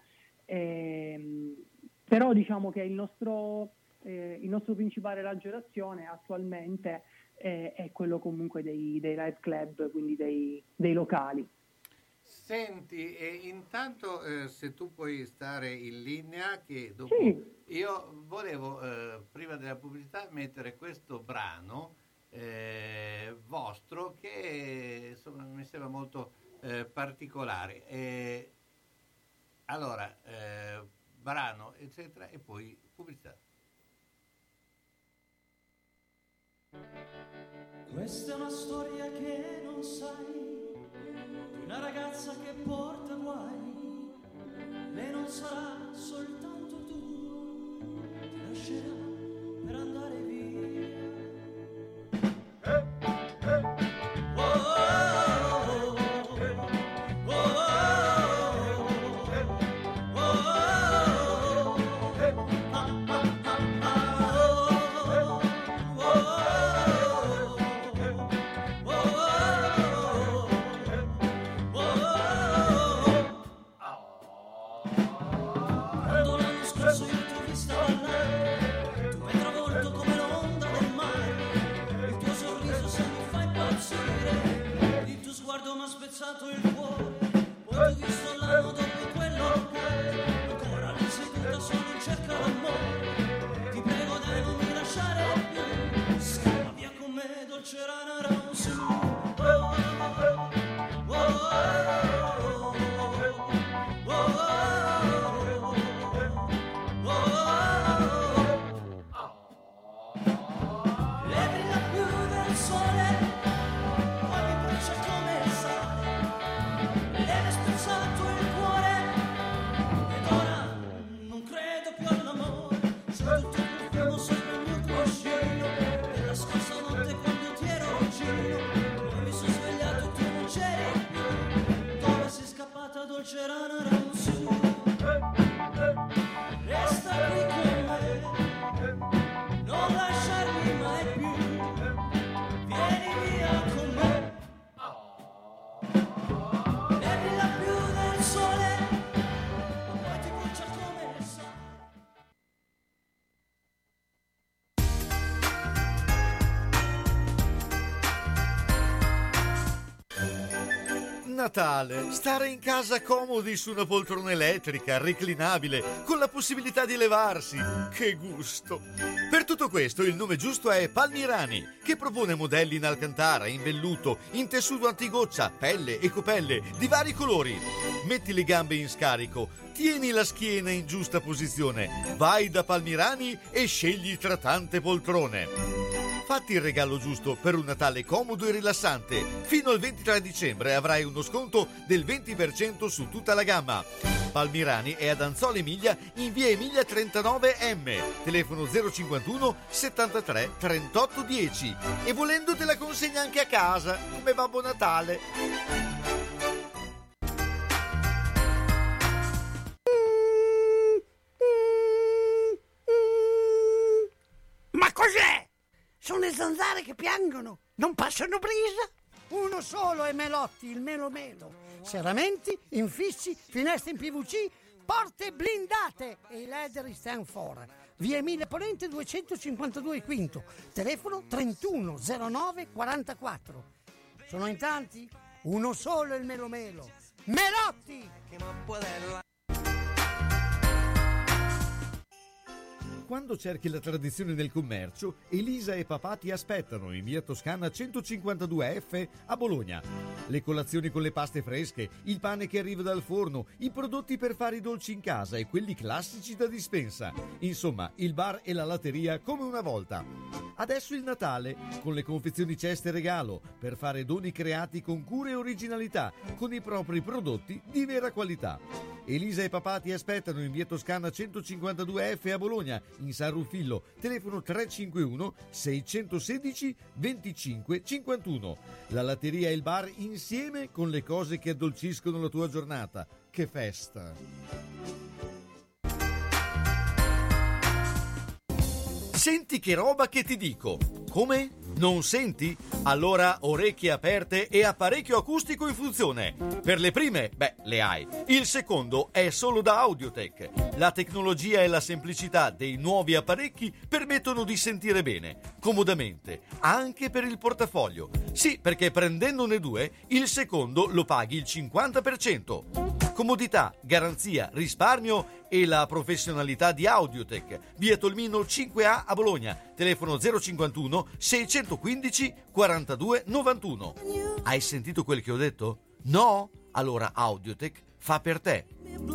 però diciamo che il nostro principale raggio d'azione attualmente è quello comunque dei live club, quindi dei locali. Senti, intanto se tu puoi stare in linea, che dopo io volevo prima della pubblicità mettere questo brano vostro che insomma mi sembra molto particolare. Allora, brano eccetera e poi pubblicità. Questa è una storia che non sai, di una ragazza che porta guai. Lei non sarà soltanto tu, ti lascerà per andare via. Spezzato il cuore, poi ti visto l'anno dopo quello che ancora lì seduta solo in cerca d'amore. Ti prego dai non mi lasciare più, scappa via con me dolce rana rosso. E brilla più del sole, poi mi brucia come sale. Le hai spezzato il cuore ed ora non credo più all'amore. Sei tutto il profumo sopra il mio cuscino, della scorsa notte quando ti ero vicino. Poi mi sono svegliato e tu non c'eri più. Dove sei scappata dolce rana rosso? Resta qui con me, non lasciarmi mai più. Vieni via con me. E brilla più del sole, ma poi ti brucia come il sole. Natale, stare in casa comodi su una poltrona elettrica, reclinabile, con la possibilità di levarsi. Che gusto! Per tutto questo il nome giusto è Palmirani, che propone modelli in alcantara, in velluto, in tessuto antigoccia, pelle e copelle di vari colori. Metti le gambe in scarico, tieni la schiena in giusta posizione, vai da Palmirani e scegli tra tante poltrone. Fatti il regalo giusto per un Natale comodo e rilassante. Fino al 23 dicembre avrai uno sconto del 20% su tutta la gamma. Palmirani è ad Anzola Emilia in via Emilia 39M, telefono 051 73 38 10. E volendo te la consegna anche a casa, come Babbo Natale. Ma cos'è? Sono le zanzare che piangono, non passano brisa. Uno solo è Melotti, il Melo Melo. Serramenti, infissi, finestre in PVC, porte blindate e i leder stand for. Via Emilia Ponente 252 Quinto, telefono 31 09 44. Sono in tanti? Uno solo è il Melo Melo. Melotti! Quando cerchi la tradizione nel commercio, Elisa e papà ti aspettano in via Toscana 152F a Bologna. Le colazioni con le paste fresche, il pane che arriva dal forno, i prodotti per fare i dolci in casa e quelli classici da dispensa. Insomma, il bar e la latteria come una volta. Adesso il Natale, con le confezioni ceste regalo, per fare doni creati con cura e originalità, con i propri prodotti di vera qualità. Elisa e papà ti aspettano in via Toscana 152F a Bologna, in San Ruffillo, telefono 351 616 25 51. La latteria e il bar insieme con le cose che addolciscono la tua giornata. Che festa! Senti che roba che ti dico. Come? Non senti? Allora orecchie aperte e apparecchio acustico in funzione. Per le prime, le hai. Il secondo è solo da Audiotech. La tecnologia e la semplicità dei nuovi apparecchi permettono di sentire bene, comodamente, anche per il portafoglio. Sì, perché prendendone due, il secondo lo paghi il 50%. Comodità, garanzia, risparmio e la professionalità di Audiotech. Via Tolmino 5A a Bologna. Telefono 051 615 42 91. Hai sentito quel che ho detto? No? Allora Audiotech fa per te.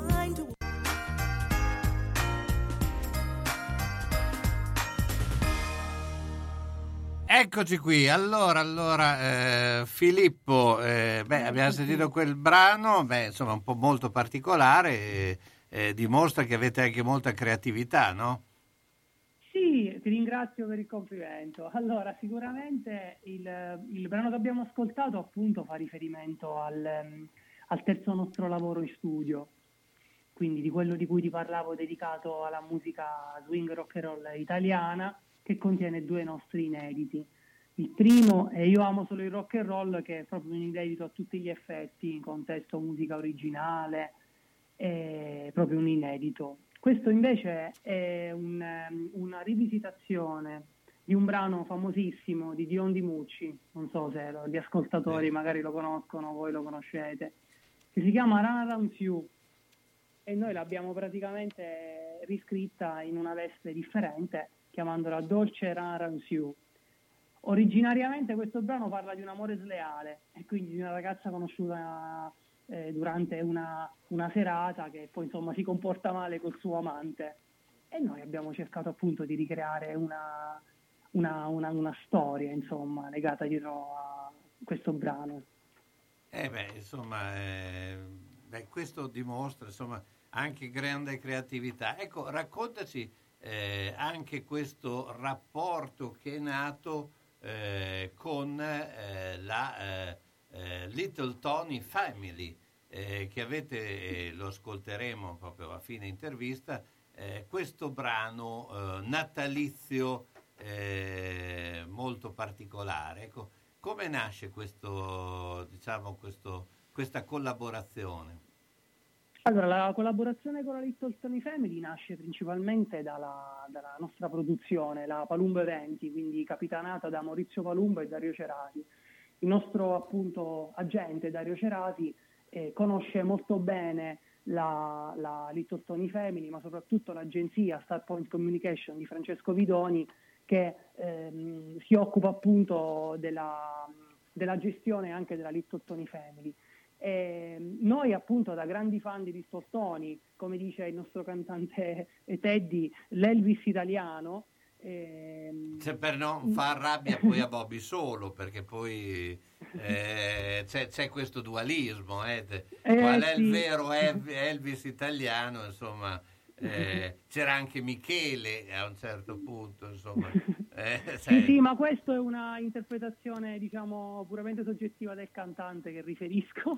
Eccoci qui, allora Filippo, abbiamo sentito quel brano, insomma un po' molto particolare, dimostra che avete anche molta creatività, no? Sì, ti ringrazio per il complimento. Allora, sicuramente il brano che abbiamo ascoltato appunto fa riferimento al terzo nostro lavoro in studio, quindi di quello di cui ti parlavo, dedicato alla musica swing rock and roll italiana, che contiene 2 nostri inediti. Il primo è Io amo solo il rock and roll, che è proprio un inedito a tutti gli effetti, in contesto musica originale, è proprio un inedito. Questo invece è una rivisitazione di un brano famosissimo di Dion Di Mucci, non so se gli ascoltatori magari lo conoscono, voi lo conoscete, che si chiama Run Around You, e noi l'abbiamo praticamente riscritta in una veste differente, chiamandola Dolce Run Around You. Originariamente questo brano parla di un amore sleale e quindi di una ragazza conosciuta durante una serata che poi insomma si comporta male col suo amante, e noi abbiamo cercato appunto di ricreare una storia insomma legata dietro a questo brano. Questo dimostra insomma anche grande creatività. Ecco, raccontaci anche questo rapporto che è nato con la Little Tony Family, che avete, lo ascolteremo proprio a fine intervista, questo brano natalizio molto particolare. Ecco, come nasce questa collaborazione? Allora, la collaborazione con la Little Tony Family nasce principalmente dalla nostra produzione, la Palumbo Eventi, quindi capitanata da Maurizio Palumbo e Dario Cerasi. Il nostro appunto agente Dario Cerasi conosce molto bene la Little Tony Family, ma soprattutto l'agenzia Star Point Communication di Francesco Vidoni, che si occupa appunto della gestione anche della Little Tony Family. Noi appunto, da grandi fan di Little Tony, come dice il nostro cantante Teddy, l'Elvis italiano, per non far rabbia poi a Bobby Solo, perché poi c'è questo dualismo, qual è il vero Elvis italiano, insomma. C'era anche Michele a un certo punto, insomma. Sì, ma questo è una interpretazione, diciamo, puramente soggettiva del cantante che riferisco.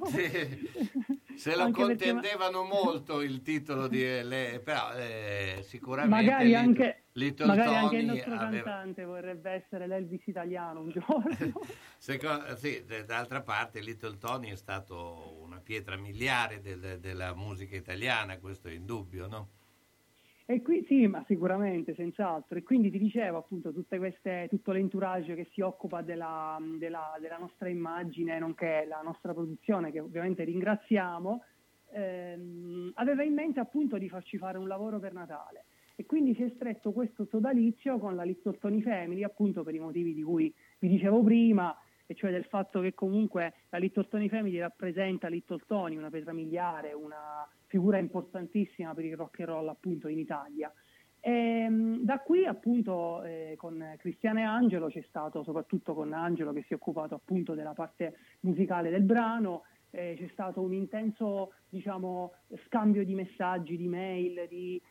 Se lo contendevano molto il titolo di però sicuramente magari anche Tony anche il nostro cantante vorrebbe essere l'Elvis italiano un giorno. D'altra parte Little Tony è stato una pietra miliare della musica italiana, questo è indubbio, no? E qui sì, ma sicuramente, senz'altro. E quindi ti dicevo appunto tutto l'entourage che si occupa della nostra immagine, nonché la nostra produzione, che ovviamente ringraziamo, aveva in mente appunto di farci fare un lavoro per Natale. E quindi si è stretto questo sodalizio con la Little Tony Family, appunto per i motivi di cui vi dicevo prima, e cioè del fatto che comunque la Little Tony Family rappresenta Little Tony, una pietra miliare, una figura importantissima per il rock and roll appunto in Italia. E da qui appunto con Cristiana e Angelo c'è stato, soprattutto con Angelo che si è occupato appunto della parte musicale del brano, c'è stato un intenso, diciamo, scambio di messaggi, di mail, di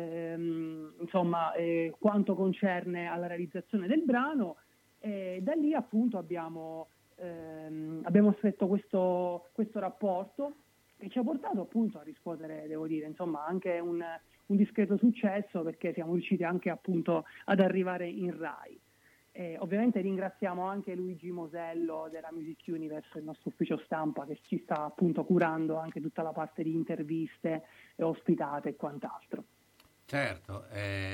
quanto concerne alla realizzazione del brano, e da lì appunto abbiamo stretto questo rapporto che ci ha portato appunto a riscuotere, devo dire, insomma, anche un discreto successo, perché siamo riusciti anche appunto ad arrivare in Rai. Ovviamente ringraziamo anche Luigi Mosello della Music Universe, il nostro ufficio stampa, che ci sta appunto curando anche tutta la parte di interviste, ospitate e quant'altro. Certo,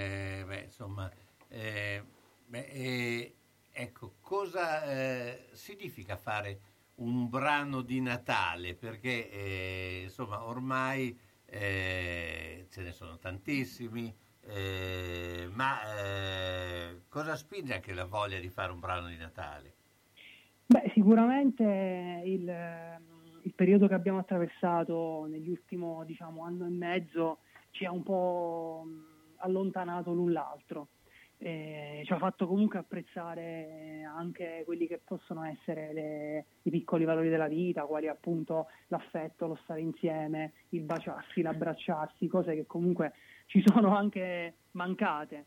ecco, cosa significa fare un brano di Natale? Perché insomma ormai ce ne sono tantissimi, ma cosa spinge anche la voglia di fare un brano di Natale? Beh, sicuramente il periodo che abbiamo attraversato negli ultimi, diciamo, anno e mezzo ci ha un po' allontanato l'un l'altro. Ci ha fatto comunque apprezzare anche quelli che possono essere i piccoli valori della vita, quali appunto l'affetto, lo stare insieme, il baciarsi, l'abbracciarsi, cose che comunque ci sono anche mancate.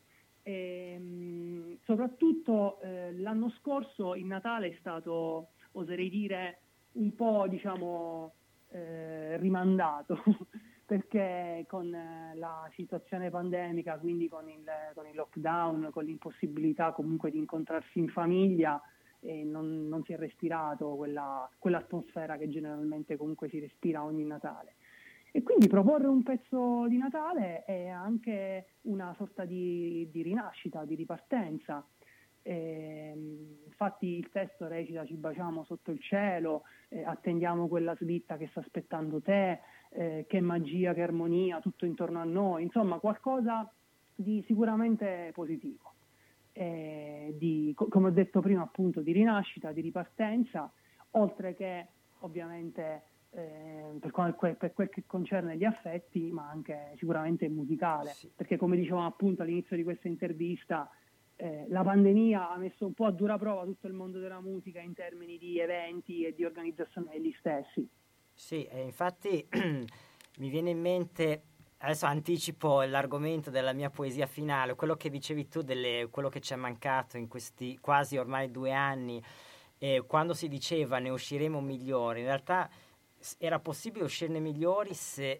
Soprattutto l'anno scorso il Natale è stato, oserei dire, un po', diciamo, rimandato perché con la situazione pandemica, quindi con il lockdown, con l'impossibilità comunque di incontrarsi in famiglia, non si è respirato quell'atmosfera che generalmente comunque si respira ogni Natale. E quindi proporre un pezzo di Natale è anche una sorta di rinascita, di ripartenza. Infatti il testo recita: ci baciamo sotto il cielo, attendiamo quella slitta che sta aspettando te, che magia, che armonia, tutto intorno a noi, insomma qualcosa di sicuramente positivo, come ho detto prima appunto, di rinascita, di ripartenza, oltre che ovviamente per quel che concerne gli affetti, ma anche sicuramente musicale, sì. Perché come dicevamo appunto all'inizio di questa intervista, la pandemia ha messo un po' a dura prova tutto il mondo della musica in termini di eventi e di organizzazione degli stessi. Sì, infatti mi viene in mente, adesso anticipo l'argomento della mia poesia finale, quello che dicevi tu, quello che ci è mancato in questi quasi ormai 2 anni, quando si diceva ne usciremo migliori. In realtà era possibile uscirne migliori se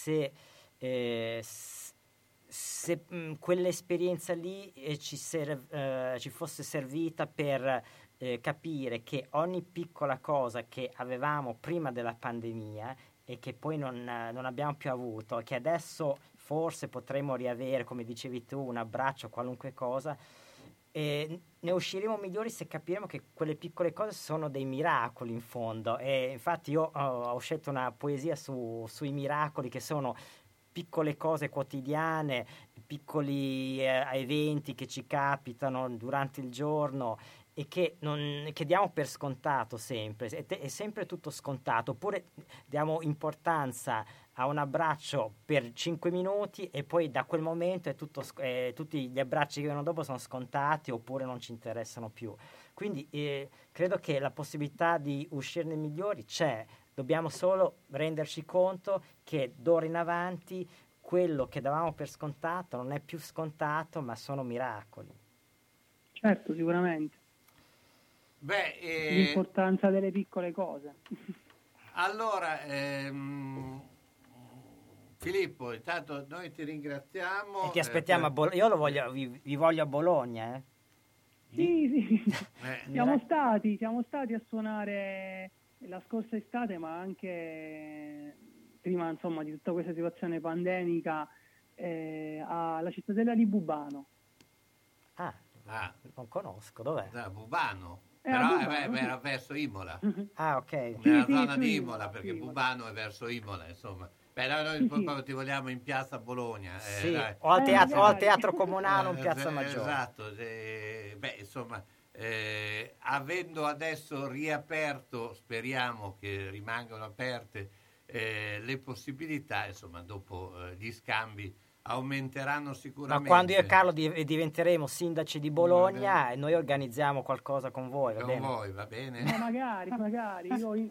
quell'esperienza lì ci fosse servita per capire che ogni piccola cosa che avevamo prima della pandemia e che poi non abbiamo più avuto, che adesso forse potremo riavere, come dicevi tu, un abbraccio, qualunque cosa, ne usciremo migliori se capiremo che quelle piccole cose sono dei miracoli in fondo. E infatti io ho scelto una poesia sui miracoli, che sono piccole cose quotidiane, piccoli eventi che ci capitano durante il giorno e che diamo per scontato sempre, è sempre tutto scontato, oppure diamo importanza a un abbraccio per 5 minuti e poi da quel momento tutti gli abbracci che vengono dopo sono scontati oppure non ci interessano più. Quindi credo che la possibilità di uscirne migliori c'è, dobbiamo solo renderci conto che d'ora in avanti quello che davamo per scontato non è più scontato, ma sono miracoli. Certo, sicuramente. L'importanza delle piccole cose. Allora, Filippo, intanto noi ti ringraziamo. E ti aspettiamo io vi voglio a Bologna. Sì. Siamo stati a suonare la scorsa estate, ma anche prima, insomma, di tutta questa situazione pandemica, alla cittadella di Bubano. Non conosco, dov'è? Bubano. Però era verso Imola. Ok. Nella zona di Imola, perché Bubano è verso Imola, insomma. Noi proprio ti vogliamo in piazza Bologna. O al teatro comunale o in piazza Maggiore. Esatto. Insomma, avendo adesso riaperto, speriamo che rimangano aperte le possibilità, insomma, dopo gli scambi aumenteranno sicuramente. Ma quando io e Carlo diventeremo sindaci di Bologna, noi organizziamo qualcosa con voi, va bene? Voi, va bene? Ma magari, io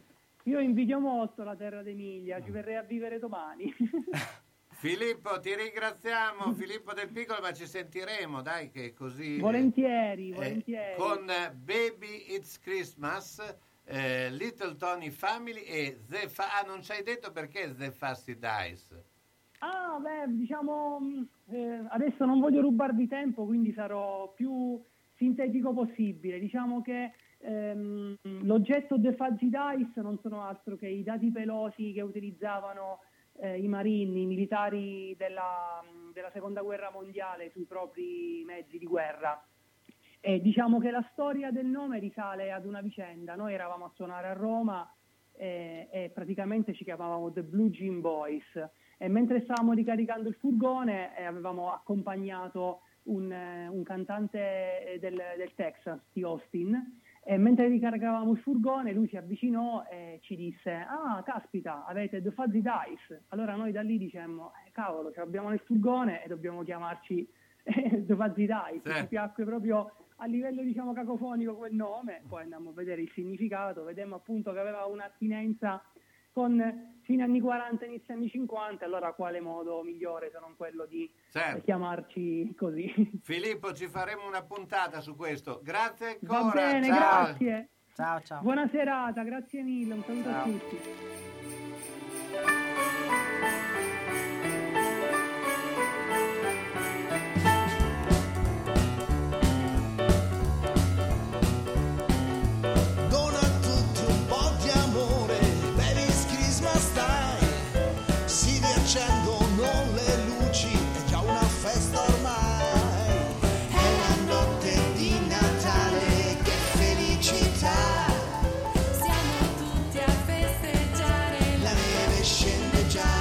Io invidio molto la terra d'Emilia, ci verrei a vivere domani. Filippo, ti ringraziamo, Filippo Del Piccolo, ma ci sentiremo, dai, che così... Volentieri. Con Baby It's Christmas, Little Tony Family e non ci hai detto perché The Fuzzy Dice? Diciamo, adesso non voglio rubarvi tempo, quindi sarò più sintetico possibile. Diciamo che l'oggetto The Fuzzy Dice non sono altro che i dadi pelosi che utilizzavano i marini, i militari della seconda guerra mondiale sui propri mezzi di guerra. E diciamo che la storia del nome risale ad una vicenda. Noi eravamo a suonare a Roma e praticamente ci chiamavamo The Blue Jean Boys, e mentre stavamo ricaricando il furgone avevamo accompagnato un cantante del Texas, di Austin, e mentre ricaricavamo il furgone lui si avvicinò e ci disse: ah, caspita, avete The Fuzzy Dice. Allora noi da lì dicemmo: cavolo, ce l'abbiamo nel furgone e dobbiamo chiamarci The Fuzzy Dice. Ci piacque proprio a livello, diciamo, cacofonico quel nome. Poi andammo a vedere il significato, vedemmo appunto che aveva un'attinenza con fine anni 40, inizio anni 50, allora quale modo migliore se non quello di chiamarci così. Filippo, ci faremo una puntata su questo. Grazie ancora. Va bene, ciao. Grazie. Ciao. Buona serata, grazie mille, un saluto a tutti. Accendono le luci, è già una festa ormai. È la notte di Natale, che felicità. Siamo tutti a festeggiare. La neve scende già.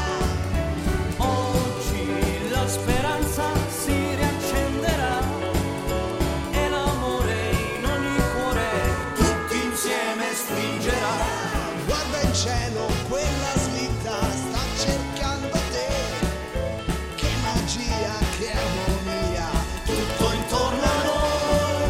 Oggi la speranza si riaccenderà e l'amore in ogni cuore tutti insieme stringerà. Guarda in cielo, quella slitta sta cercando te. Che magia, che armonia, tutto intorno a noi.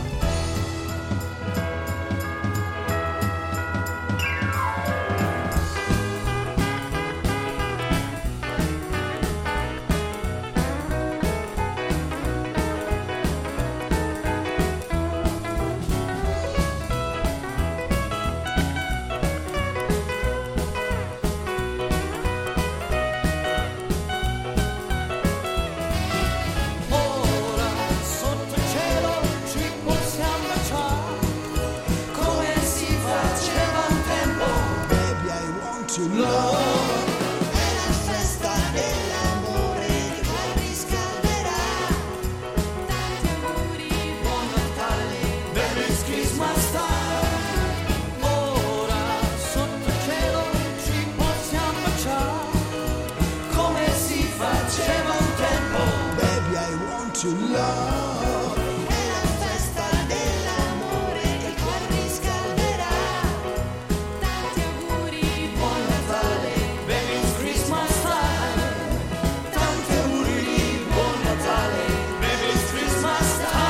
Ora sotto il cielo ci possiamo baciare come si faceva un tempo. Baby, I want you love. È la festa dell'amore che poi riscalderà. Tanti auguri, Buon Natale, Merry Christmas time. Ora sotto il cielo ci possiamo baciare come si faceva un tempo. Baby, I want you love. È la festa dell'amore che poi riscalderà. tanti auguri, Buon Natale, Merry Christmas time. Tanti auguri, buon Natale, Merry Christmas time.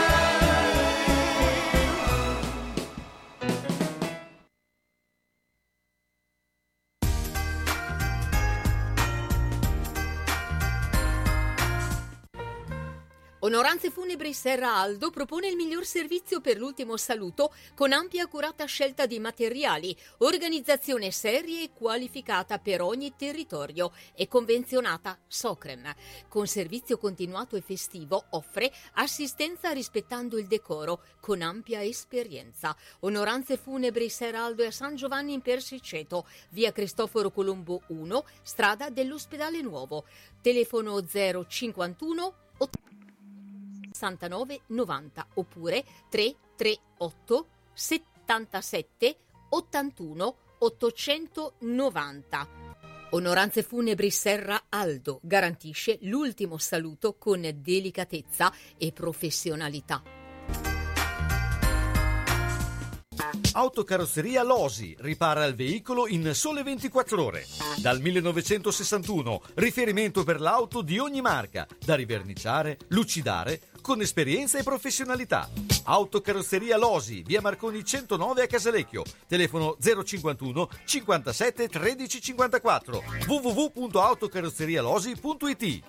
Onoranze Funebri Serra Aldo propone il miglior servizio per l'ultimo saluto con ampia e accurata scelta di materiali, organizzazione seria e qualificata per ogni territorio e convenzionata Socrem. Con servizio continuato e festivo offre assistenza rispettando il decoro con ampia esperienza. Onoranze Funebri Serra Aldo è a San Giovanni in Persiceto, via Cristoforo Colombo 1, strada dell'Ospedale Nuovo. Telefono 051 69 90 oppure 338 77 81 890. Onoranze Funebri Serra Aldo garantisce l'ultimo saluto con delicatezza e professionalità. Autocarrozzeria Losi ripara il veicolo in sole 24 ore. Dal 1961, riferimento per l'auto di ogni marca, da riverniciare, lucidare con esperienza e professionalità. Autocarrozzeria Losi, via Marconi 109 a Casalecchio, telefono 051 57 13 54, www.autocarrozzerialosi.it.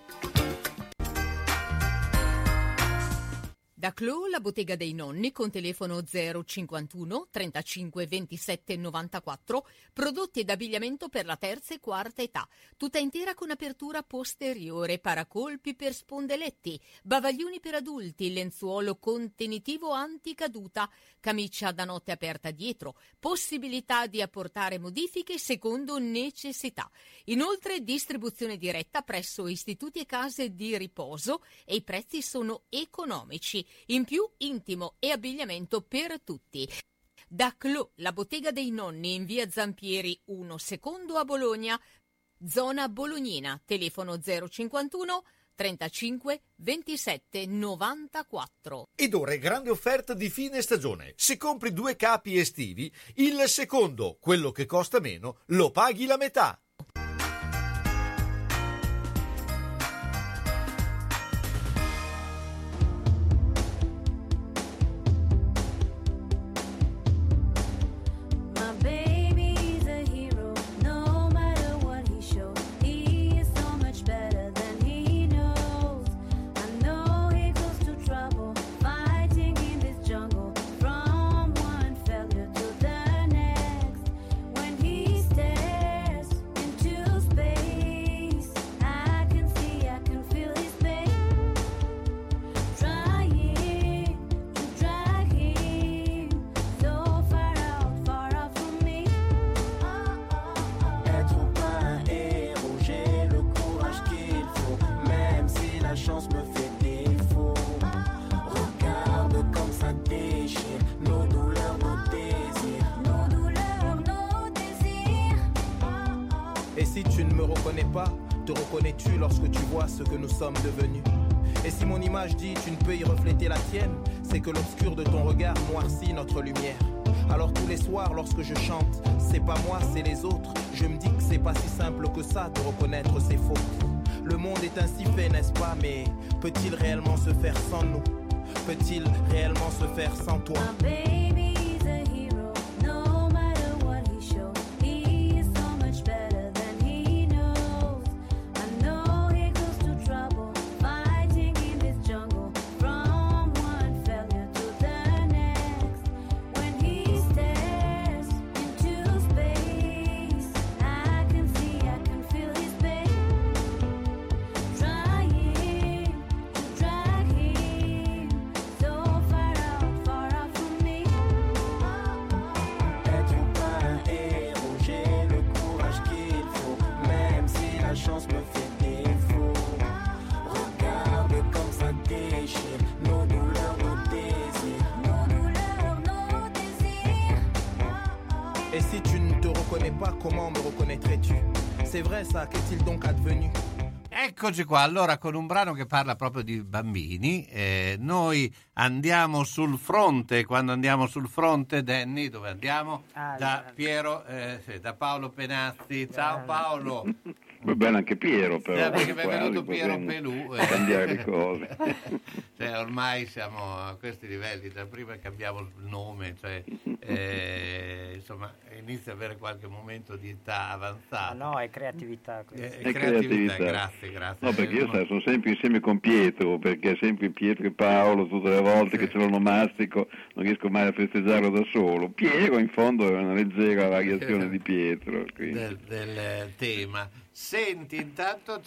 Da Clou, la bottega dei nonni, con telefono 051 35 27 94, prodotti ed abbigliamento per la terza e quarta età, tutta intera con apertura posteriore, paracolpi per spondeletti, bavaglioni per adulti, lenzuolo contenitivo anticaduta, camicia da notte aperta dietro, possibilità di apportare modifiche secondo necessità. Inoltre distribuzione diretta presso istituti e case di riposo e i prezzi sono economici. In più intimo e abbigliamento per tutti. Da Clou, la bottega dei nonni, in via Zampieri 1 secondo a Bologna, zona Bolognina, telefono 051 35 27 94. Ed ora è grande offerta di fine stagione. Se compri 2 capi estivi, il secondo, quello che costa meno, lo paghi la metà. Te reconnais-tu lorsque tu vois ce que nous sommes devenus? Et si mon image dit tu ne peux y refléter la tienne, c'est que l'obscur de ton regard noircit notre lumière. Alors tous les soirs lorsque je chante, c'est pas moi, c'est les autres, je me dis que c'est pas si simple que ça de reconnaître ses fautes. Le monde est ainsi fait, n'est-ce pas? Mais peut-il réellement se faire sans nous? Peut-il réellement se faire sans toi? Comment me reconnaîtrais-tu? C'est vrai ça, qu'est-il donc advenu? Eccoci qua, allora con un brano che parla proprio di bambini, noi andiamo sul fronte, quando andiamo sul fronte, Danny, dove andiamo? Da Piero, da Paolo Penazzi. Ciao Paolo! Va bene anche Piero, però. Perché mi è venuto Piero Pelù. Cambiare le cose. Cioè, ormai siamo a questi livelli, da prima cambiamo il nome, cioè, insomma, inizia ad avere qualche momento di età avanzata. No, è creatività. È creatività, grazie. No, perché io sono sempre insieme con Pietro, perché sempre Pietro e Paolo, tutte le volte che c'è l'onomastico, non riesco mai a festeggiarlo da solo. Piero, in fondo, è una leggera variazione di Pietro. Del tema. Senti, intanto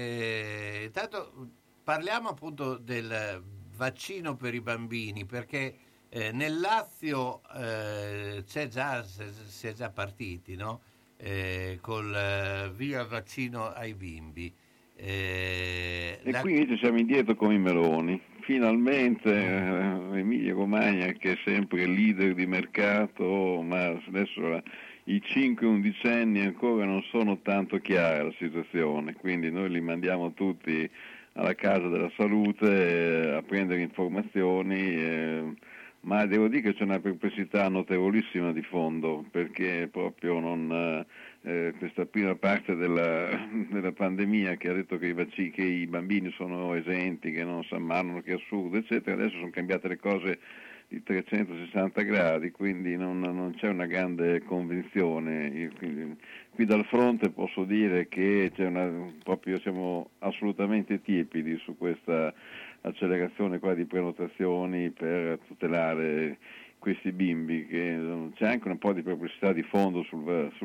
parliamo appunto del vaccino per i bambini, perché nel Lazio si è già partiti, no? Col via vaccino ai bimbi. Quindi ci siamo indietro come i meloni. Finalmente Emilia Romagna, che è sempre leader di mercato, ma adesso i 5-11 ancora non sono tanto chiare la situazione, quindi noi li mandiamo tutti alla casa della salute a prendere informazioni, ma devo dire che c'è una perplessità notevolissima di fondo, perché proprio non questa prima parte della pandemia, che ha detto che i bambini sono esenti, che non si ammalano, che è assurdo, eccetera. Adesso sono cambiate le cose di 360 gradi, quindi non c'è una grande convinzione. Qui dal fronte posso dire che proprio siamo assolutamente tiepidi su questa accelerazione qua di prenotazioni per tutelare questi bimbi, che c'è anche un po' di perplessità di fondo sul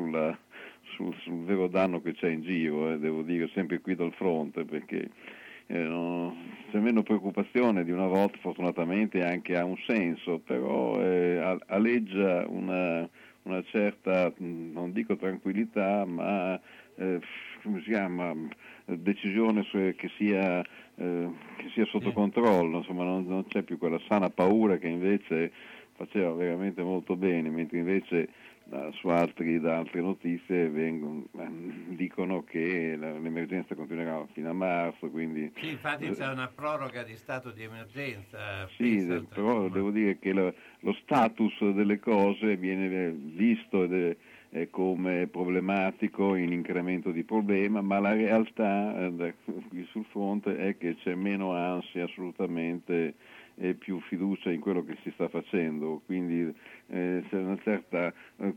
vero danno che c'è in giro, devo dire, sempre qui dal fronte, perché c'è meno preoccupazione di una volta, fortunatamente anche ha un senso, però aleggia una certa, non dico tranquillità, ma come si chiama, decisione che sia sotto controllo, insomma non c'è più quella sana paura che invece faceva veramente molto bene, mentre invece da altre notizie dicono che l'emergenza continuerà fino a marzo, quindi sì, infatti c'è una proroga di stato di emergenza. Sì, però devo dire che lo status delle cose viene visto come problematico, in incremento di problema, ma la realtà qui sul fronte è che c'è meno ansia assolutamente e più fiducia in quello che si sta facendo, quindi c'è una certa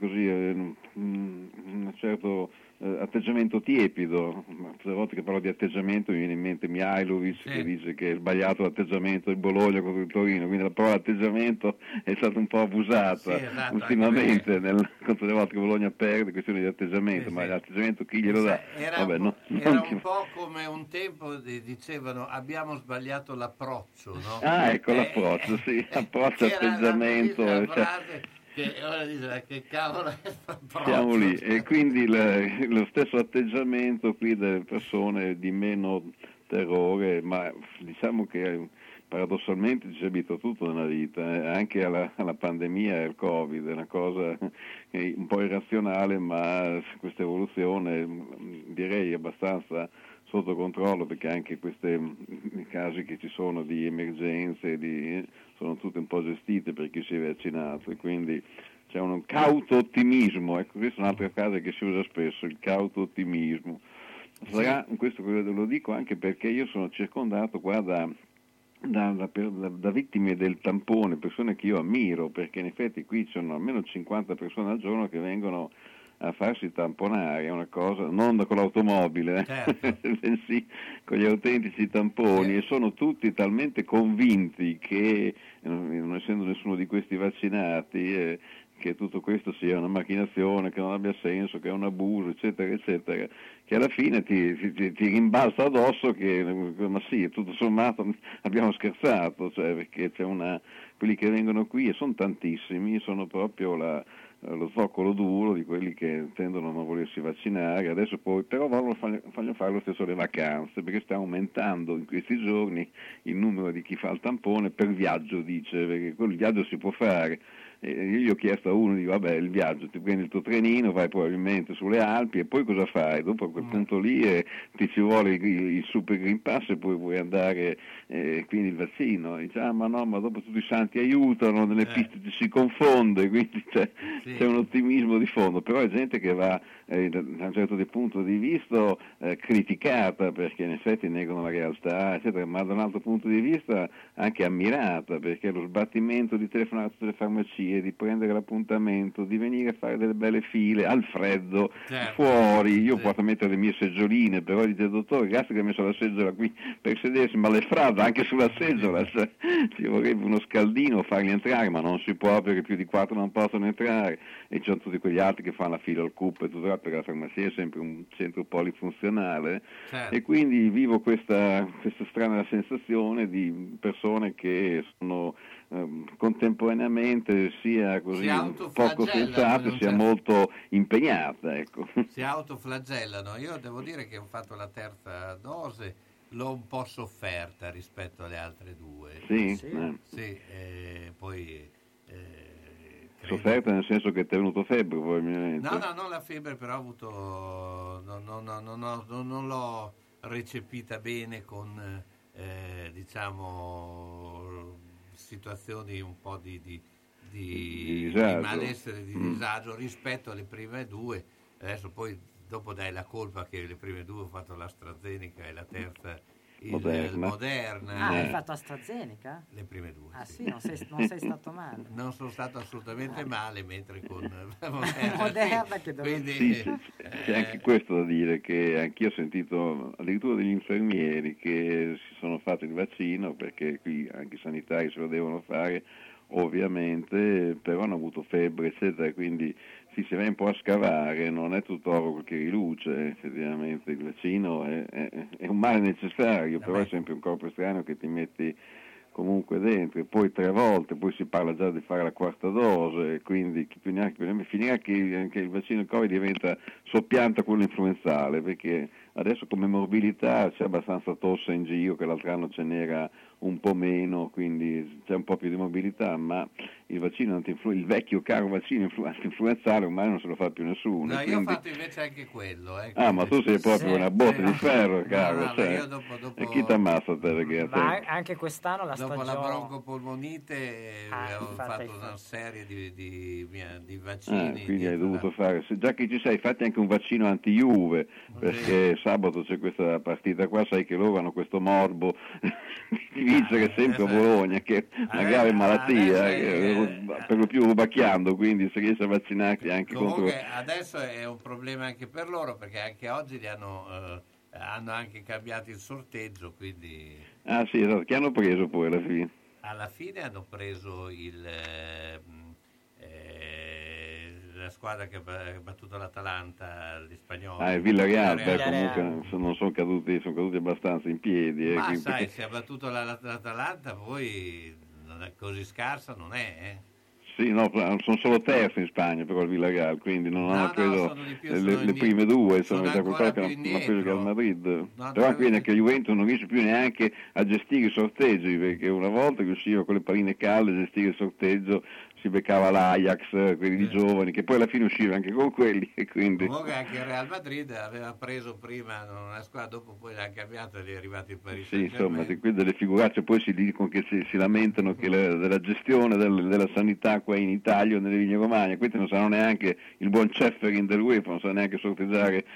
un certo atteggiamento tiepido. Tutte le volte che parlo di atteggiamento mi viene in mente Mihajlovic, che dice che è sbagliato l'atteggiamento del Bologna contro il Torino, quindi la parola atteggiamento è stata un po' abusata ultimamente contro le volte che Bologna perde, questione di atteggiamento, ma l'atteggiamento chi glielo dà? Era un po' come un tempo dicevano abbiamo sbagliato l'approccio, no? Ecco l'approccio, sì, approccio, atteggiamento. Che ora dice che cavolo è siamo lì, e quindi lo stesso atteggiamento qui delle persone di meno terrore, ma diciamo che paradossalmente ci si abitua tutto nella vita, anche alla pandemia e al Covid, è una cosa un po' irrazionale, ma questa evoluzione direi abbastanza sotto controllo, perché anche i casi che ci sono di emergenze sono tutte un po' gestite per chi si è vaccinato, e quindi c'è un cauto ottimismo, ecco, questa è un'altra frase che si usa spesso, il cauto ottimismo. Questo lo dico anche perché io sono circondato qua da vittime del tampone, persone che io ammiro, perché in effetti qui ci sono almeno 50 persone al giorno che vengono a farsi tamponare, è una cosa non con l'automobile, bensì con gli autentici tamponi, e sono tutti talmente convinti che, non essendo nessuno di questi vaccinati, che tutto questo sia una macchinazione, che non abbia senso, che è un abuso, eccetera, eccetera, che alla fine ti rimbalza addosso ma sì, tutto sommato abbiamo scherzato, cioè, perché quelli che vengono qui, e sono tantissimi, sono proprio lo zoccolo duro di quelli che tendono a non volersi vaccinare, adesso poi però vogliono fare lo stesso le vacanze, perché sta aumentando in questi giorni il numero di chi fa il tampone per viaggio, dice, perché quel viaggio si può fare. Io gli ho chiesto a uno, dico vabbè, il viaggio, ti prendi il tuo trenino, vai probabilmente sulle Alpi e poi cosa fai? Dopo a quel punto lì ti ci vuole il super Green Pass e poi puoi andare, quindi il vaccino. Dice, ma no, ma dopo tutti i santi aiutano, nelle piste ci si confonde, quindi c'è un ottimismo di fondo, però è gente che va da un certo punto di vista criticata, perché in effetti negano la realtà, eccetera, ma da un altro punto di vista anche ammirata, perché lo sbattimento di telefonare a tutte le farmacie, di prendere l'appuntamento, di venire a fare delle belle file al freddo, fuori, io posso mettere le mie seggioline, però dice dottore, grazie che ha messo la seggiola qui per sedersi, ma le frada anche sulla seggiola, cioè, ci vorrebbe uno scaldino, farli entrare, ma non si può, perché più di 4 non possono entrare, e ci sono tutti quegli altri che fanno la fila al CUP e tutto, perché la farmacia è sempre un centro polifunzionale, e quindi vivo questa strana sensazione di persone che sono contemporaneamente sia così poco sensate sia molto impegnate, ecco. Si autoflagellano. Io devo dire che ho fatto la terza dose, l'ho un po' sofferta rispetto alle altre due. Sì? Poi sofferta nel senso che ti è venuto febbre probabilmente. No, non la febbre, però ho avuto non l'ho recepita bene con diciamo situazioni un po' di malessere, di disagio rispetto alle prime due. Adesso poi dopo dai la colpa che le prime 2 ho fatto l'AstraZeneca e la terza il Moderna. Hai fatto AstraZeneca? Le prime 2. Ah sì, non sei stato male. Non sono stato assolutamente male, mentre con Moderna, Moderna che quindi, c'è anche questo da dire, che anch'io ho sentito addirittura degli infermieri che si sono fatti il vaccino, perché qui anche i sanitari se lo devono fare ovviamente, però hanno avuto febbre eccetera, quindi si va un po' a scavare, non è tutto oro quel che riluce, effettivamente il vaccino è un male necessario, però è sempre un corpo estraneo che ti metti comunque dentro, e poi 3 volte, poi si parla già di fare la 4ª dose, quindi finirà che anche il vaccino Covid diventa soppianta quello influenzale, perché adesso come morbilità c'è abbastanza tosse in giro, che l'altro anno ce n'era un po' meno, quindi c'è un po' più di mobilità, ma il vaccino il vecchio caro vaccino antinfluenzale ormai non se lo fa più nessuno. No, quindi... io ho fatto invece anche quello. Ma tu sei proprio una botta di ferro, caro. Io dopo... E chi ti ammazza te? Perché ma anche quest'anno la dopo stagione... la broncopolmonite ho fatto una serie di vaccini. Quindi hai dovuto fare, già che ci sei, fatti anche un vaccino anti-Juve, perché sabato c'è questa partita qua, sai che loro hanno questo morbo di vincere sempre a Bologna, che è una grave malattia, per lo più rubacchiando, quindi se riesci a vaccinarti anche comunque contro... adesso è un problema anche per loro, perché anche oggi hanno anche cambiato il sorteggio, quindi... Ah sì, esatto, che hanno preso poi alla fine? Alla fine hanno preso la squadra che ha battuto l'Atalanta, gli spagnoli. Il Villarreal, comunque non sono caduti abbastanza in piedi. Ma sai, se ha battuto l'Atalanta poi non è così scarsa, non è? Sì, no, sono solo terzi in Spagna però il Villarreal, quindi non hanno preso le prime 2, insomma, da qualcosa che hanno preso il Real Madrid. Però quindi anche Juventus non riesce più neanche a gestire i sorteggi, perché una volta riusciva con le palline calde a gestire il sorteggio, si beccava l'Ajax, quelli di giovani, che poi alla fine usciva anche con quelli, e quindi... Comunque anche il Real Madrid aveva preso prima una squadra, dopo poi l'ha cambiata ed è arrivato il Paris Saint-Germain. Insomma, qui delle figuracce, poi si dicono che si lamentano che della gestione della sanità qua in Italia o nelle Emilia Romagna, questi non sanno neanche, il buon Ceferin dell'UEFA non sa neanche sorteggiare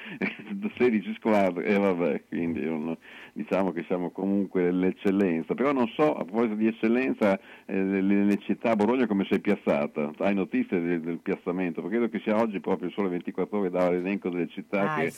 16 squadre, e vabbè, quindi diciamo che siamo comunque l'eccellenza, però non so, a proposito di eccellenza, le città, Bologna come sei piazzata? Hai notizie del piazzamento? Perché credo che sia oggi proprio solo 24 ore dava l'elenco delle città al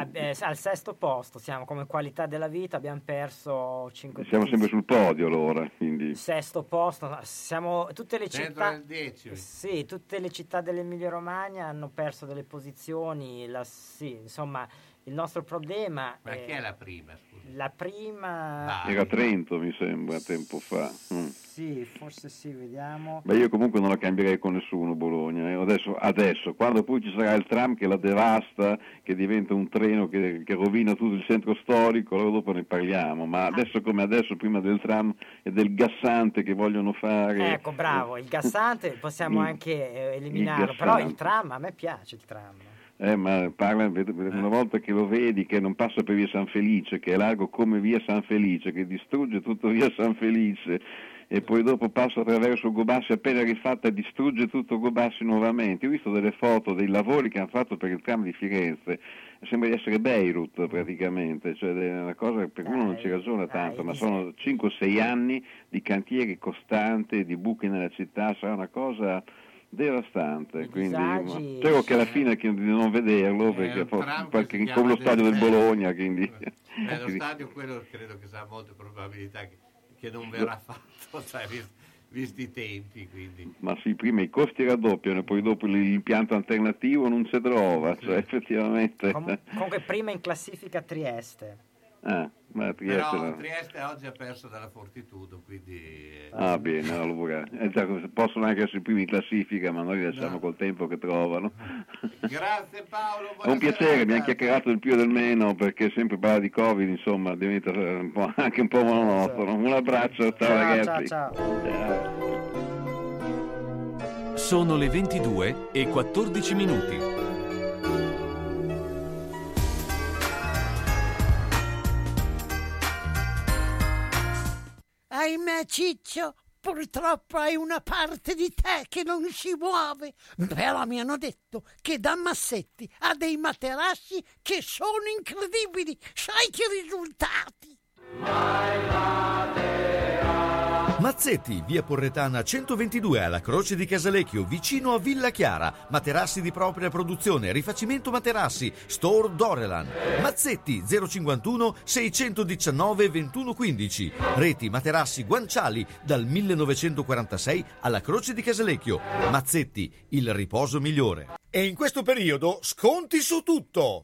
6° posto siamo come qualità della vita, abbiamo perso 5 siamo sempre sul podio allora, quindi 6° posto, siamo tutte le città del 10. Sì, tutte le città dell'Emilia Romagna hanno perso delle posizioni, insomma il nostro problema ma chi è la prima? Scusa? La prima era Trento, mi sembra, tempo fa. Sì, forse sì, vediamo. Beh, io comunque non la cambierei con nessuno Bologna. Adesso, quando poi ci sarà il tram che la devasta, che diventa un treno che rovina tutto il centro storico, allora dopo ne parliamo. Ma adesso come adesso, prima del tram e del gassante che vogliono fare... Ecco, bravo, il gassante possiamo anche eliminarlo, però il tram, a me piace il tram. Ma una volta che lo vedi che non passa per via San Felice, che è largo come via San Felice, che distrugge tutto via San Felice, e poi dopo passa attraverso Gobassi appena rifatta e distrugge tutto Gobassi nuovamente. Io ho visto delle foto dei lavori che hanno fatto per il tram di Firenze, sembra di essere Beirut praticamente, cioè è una cosa per cui uno non ci ragiona tanto, ma sono 5-6 anni di cantieri costanti, di buchi nella città, sarà una cosa devastante, quindi spero che alla fine di non vederlo, perché con lo stadio del Bologna, quindi lo stadio quello credo che sarà molte probabilità che non verrà fatto, cioè, visti i tempi, quindi. Ma sì, prima i costi raddoppiano e poi dopo l'impianto alternativo non si trova, cioè effettivamente. Comunque prima in classifica Trieste. Ma però Trieste oggi ha perso dalla Fortitudo, quindi bene, allora possono anche essere primi in classifica, ma noi lasciamo col tempo che trovano. Grazie Paolo, è un piacere, mi ha chiacchierato del più e del meno, perché sempre parla di Covid, insomma diventa anche un po' monotono. Un abbraccio, ciao ragazzi. Ciao. Sono le 22:14. Ahimè Ciccio, Purtroppo hai una parte di te che non si muove, però mi hanno detto che da Massetti ha dei materassi che sono incredibili. Sai che risultati? Mazzetti, via Porretana 122 alla Croce di Casalecchio, vicino a Villa Chiara. Materassi di propria produzione, rifacimento materassi, Store Dorelan. Mazzetti 051 619 2115. Reti materassi guanciali dal 1946 alla Croce di Casalecchio. Mazzetti, il riposo migliore. E in questo periodo sconti su tutto.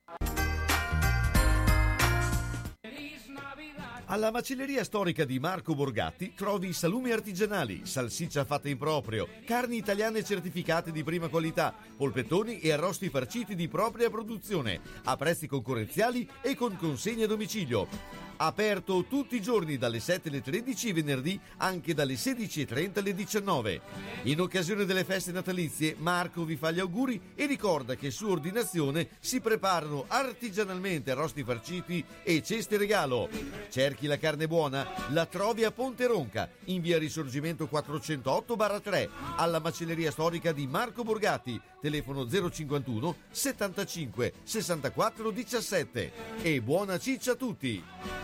Alla macelleria storica di Marco Borgatti trovi salumi artigianali, salsiccia fatta in proprio, carni italiane certificate di prima qualità, polpettoni e arrosti farciti di propria produzione, a prezzi concorrenziali e con consegna a domicilio. Aperto tutti i giorni dalle 7 alle 13 e venerdì anche dalle 16:30 alle 19. In occasione delle feste natalizie Marco vi fa gli auguri e ricorda che su ordinazione si preparano artigianalmente arrosti farciti e ceste regalo. Cerchi la carne buona? La trovi a Ponte Ronca, in via Risorgimento 408/3, alla macelleria storica di Marco Borgatti, telefono 051 75 64 17. E buona ciccia a tutti!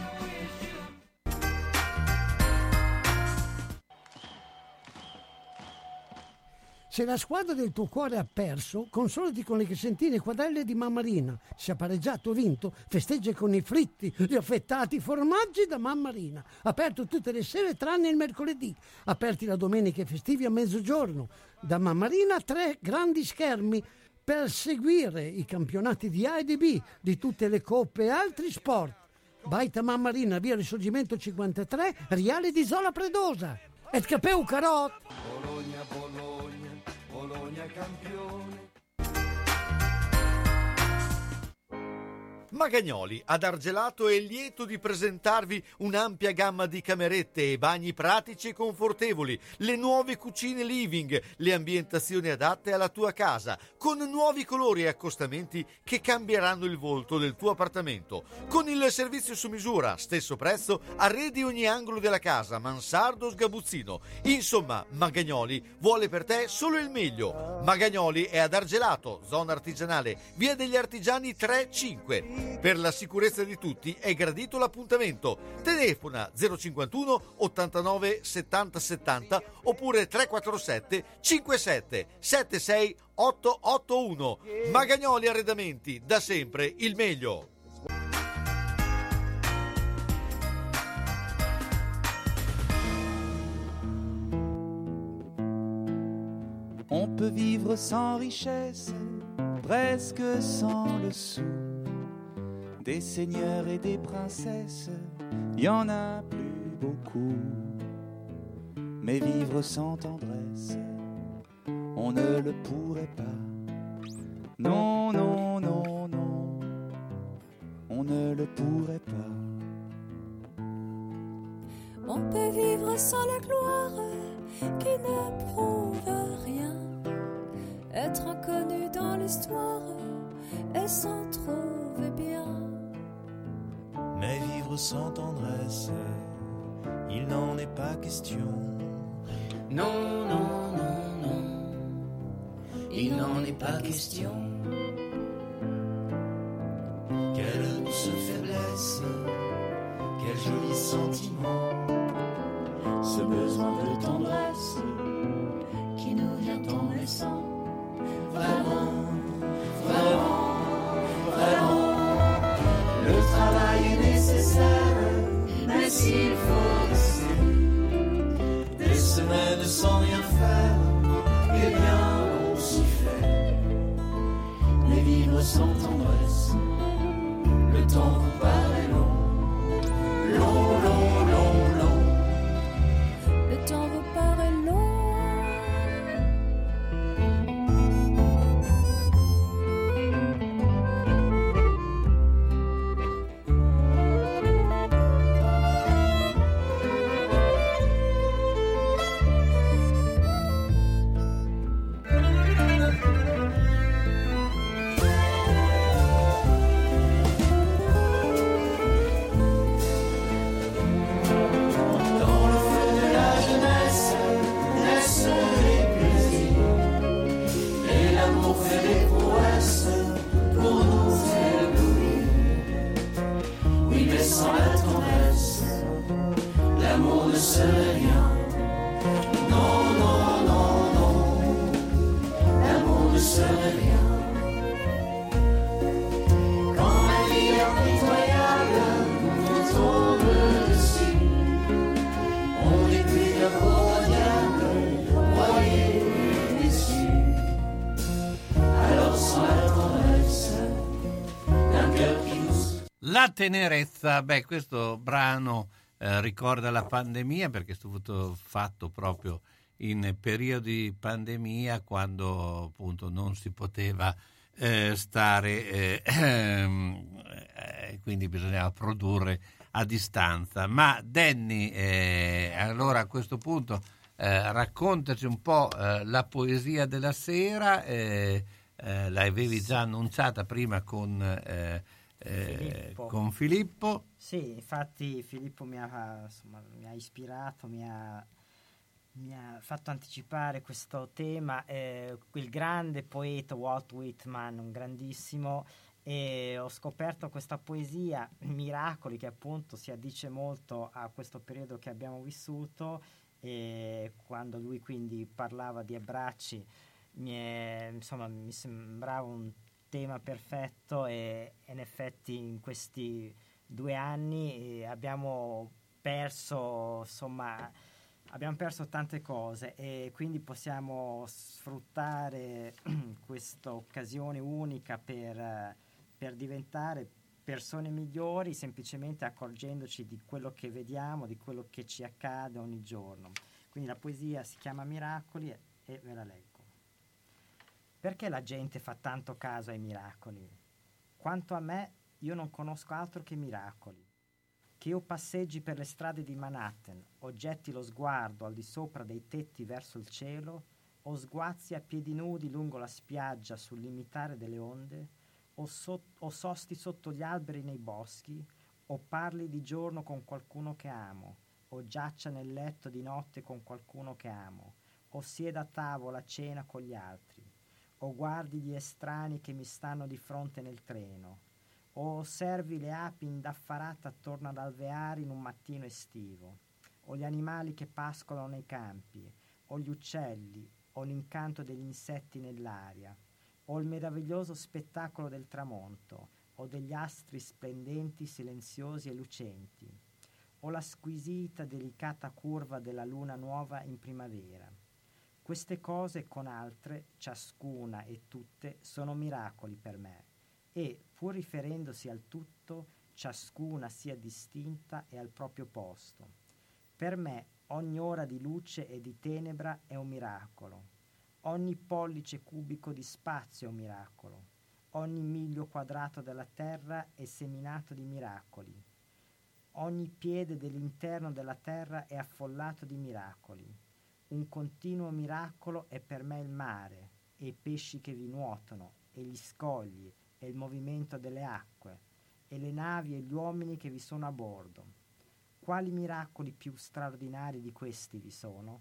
Se la squadra del tuo cuore ha perso, consolati con le crescentine quadrelle di Mammarina. Se ha pareggiato o vinto, festeggia con i fritti, gli affettati formaggi da Mammarina. Aperto tutte le sere tranne il mercoledì. Aperti la domenica e festivi a mezzogiorno. Da Mammarina 3 grandi schermi per seguire i campionati di A e di B, di tutte le coppe e altri sport. Baita Mammarina, via Risorgimento 53, Riale di Zola Predosa. Et capeu carot! Bologna, Bologna, Bologna campione. Magagnoli ad Argelato è lieto di presentarvi un'ampia gamma di camerette e bagni pratici e confortevoli, le nuove cucine living, le ambientazioni adatte alla tua casa, con nuovi colori e accostamenti che cambieranno il volto del tuo appartamento. Con il servizio su misura, stesso prezzo, arredi ogni angolo della casa, mansardo, sgabuzzino. Insomma, Magagnoli vuole per te solo il meglio. Magagnoli è ad Argelato, zona artigianale, via degli Artigiani 3-5. Per la sicurezza di tutti è gradito l'appuntamento. Telefona 051 89 70 70 oppure 347 57 76 881. Magagnoli Arredamenti, da sempre il meglio. On peut vivre sans richesse, presque sans le sou. Des seigneurs et des princesses, y en a plus beaucoup. Mais vivre sans tendresse, on ne le pourrait pas. Non, non, non, non, on ne le pourrait pas. On peut vivre sans la gloire qui ne prouve rien. Être inconnu dans l'histoire et s'en trouver bien. Mais vivre sans tendresse, il n'en est pas question. Non, non, non, non, il n'en est pas question. Quelle douce faiblesse, quel joli sentiment, ce besoin de tendresse qui nous vient en naissant. Vraiment, vraiment, vraiment. Le travail est nécessaire, mais s'il faut rester des semaines sans rien faire, eh bien on s'y fait. Mais vivre sans tendresse, le temps vous paraît long, long, long, long, long. Le temps vous paraît long. Et sans la tendresse, l'amour ne serait rien. Non, non, non, non, l'amour ne serait rien. Quand la vie impitoyable nous tombe dessus, on n'est plus qu'un pauvre diable, broyé, déçu. Alors sans la tendresse d'un cœur qui nous... La tenerezza, beh, questo brano ricorda la pandemia perché è stato fatto proprio in periodi pandemia, quando appunto non si poteva stare, quindi bisognava produrre a distanza. Ma Danny, allora a questo punto raccontaci un po' la poesia della sera, l'avevi già annunciata prima con Filippo. Sì, infatti Filippo mi ha ispirato, mi ha fatto anticipare questo tema, il grande poeta Walt Whitman, un grandissimo, e ho scoperto questa poesia, Miracoli, che appunto si addice molto a questo periodo che abbiamo vissuto, e quando lui quindi parlava di abbracci mi sembrava un tema perfetto, e in effetti in questi 2 anni abbiamo perso tante cose, e quindi possiamo sfruttare questa occasione unica per diventare persone migliori, semplicemente accorgendoci di quello che vediamo, di quello che ci accade ogni giorno. Quindi la poesia si chiama Miracoli e ve la leggo. Perché la gente fa tanto caso ai miracoli? Quanto a me, io non conosco altro che miracoli. Che io passeggi per le strade di Manhattan, o getti lo sguardo al di sopra dei tetti verso il cielo, o sguazzi a piedi nudi lungo la spiaggia sul limitare delle onde, o sosti sotto gli alberi nei boschi, o parli di giorno con qualcuno che amo, o giaccia nel letto di notte con qualcuno che amo, o sieda a tavola a cena con gli altri, o guardi gli estranei che mi stanno di fronte nel treno, o osservi le api indaffarate attorno ad alveari in un mattino estivo, o gli animali che pascolano nei campi, o gli uccelli, o l'incanto degli insetti nell'aria, o il meraviglioso spettacolo del tramonto, o degli astri splendenti, silenziosi e lucenti, o la squisita, delicata curva della luna nuova in primavera. Queste cose con altre, ciascuna e tutte, sono miracoli per me, e, pur riferendosi al tutto, ciascuna sia distinta e al proprio posto. Per me ogni ora di luce e di tenebra è un miracolo, ogni pollice cubico di spazio è un miracolo, ogni miglio quadrato della terra è seminato di miracoli, ogni piede dell'interno della terra è affollato di miracoli. Un continuo miracolo è per me il mare, e i pesci che vi nuotano, e gli scogli, e il movimento delle acque, e le navi e gli uomini che vi sono a bordo. Quali miracoli più straordinari di questi vi sono?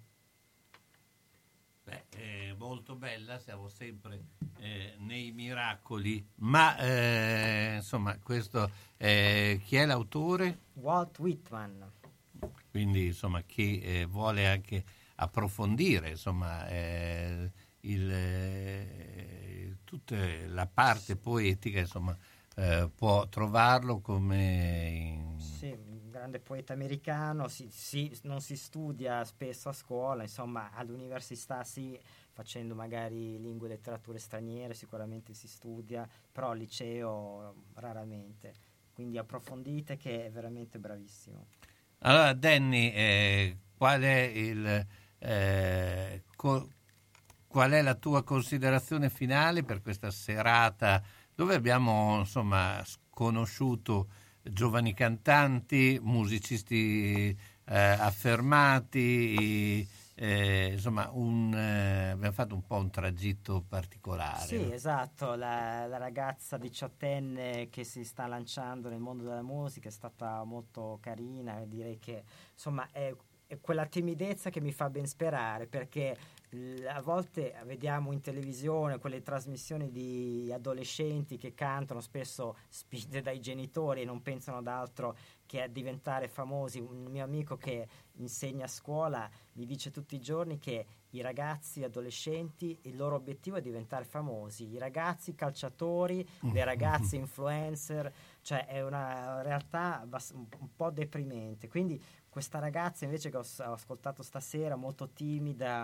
Beh, è molto bella, siamo sempre nei miracoli, ma insomma, questo chi è l'autore? Walt Whitman. Quindi insomma, chi vuole anche approfondire insomma tutta la parte poetica, insomma, può trovarlo come sì, un grande poeta americano. Non si studia spesso a scuola, insomma all'università sì, facendo magari lingue e letterature straniere sicuramente si studia, però al liceo raramente, quindi approfondite, che è veramente bravissimo. Allora Danny, qual è qual è la tua considerazione finale per questa serata dove abbiamo insomma conosciuto giovani cantanti, musicisti affermati, insomma abbiamo fatto un po' un tragitto particolare. Sì, esatto, la ragazza diciottenne che si sta lanciando nel mondo della musica è stata molto carina, direi che insomma è quella timidezza che mi fa ben sperare, perché a volte vediamo in televisione quelle trasmissioni di adolescenti che cantano, spesso spinte dai genitori, e non pensano ad altro che a diventare famosi. Un mio amico che insegna a scuola mi dice tutti i giorni che i ragazzi adolescenti, il loro obiettivo è diventare famosi, i ragazzi calciatori, le ragazze influencer, cioè è una realtà un po' deprimente. Quindi questa ragazza invece che ho ascoltato stasera, molto timida,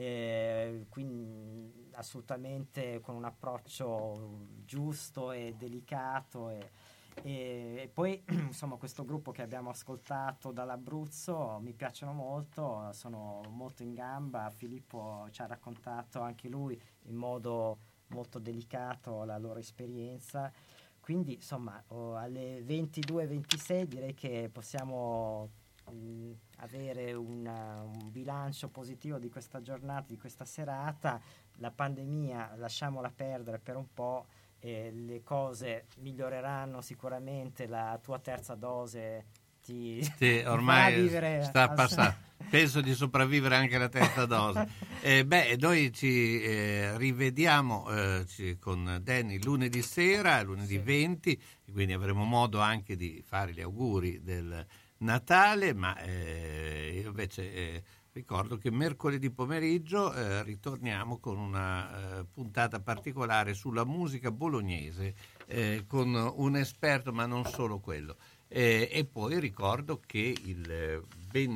quindi assolutamente con un approccio giusto e delicato, e poi insomma questo gruppo che abbiamo ascoltato dall'Abruzzo mi piacciono molto, sono molto in gamba. Filippo ci ha raccontato anche lui in modo molto delicato la loro esperienza, quindi insomma alle 22:26 direi che possiamo avere un bilancio positivo di questa giornata, di questa serata. La pandemia lasciamola perdere per un po', le cose miglioreranno sicuramente. La tua terza dose ormai sta passando, penso di sopravvivere anche alla terza dose. Noi ci rivediamo con Danny lunedì sera, lunedì 20, quindi avremo modo anche di fare gli auguri del Natale, ma io invece ricordo che mercoledì pomeriggio ritorniamo con una puntata particolare sulla musica bolognese con un esperto, ma non solo quello. E poi ricordo che il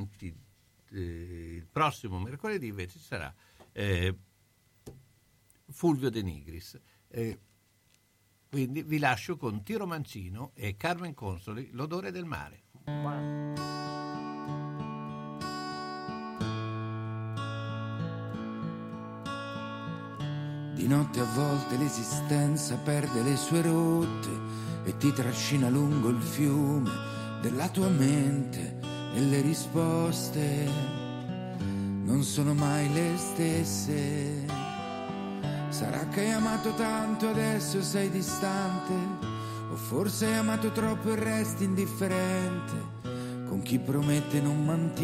prossimo mercoledì invece sarà Fulvio De Nigris. Quindi vi lascio con Tiro Mancino e Carmen Consoli, L'odore del mare. Di notte a volte l'esistenza perde le sue rotte e ti trascina lungo il fiume della tua mente, e le risposte non sono mai le stesse. Sarà che hai amato tanto, adesso sei distante, o forse hai amato troppo e resti indifferente. Con chi promette non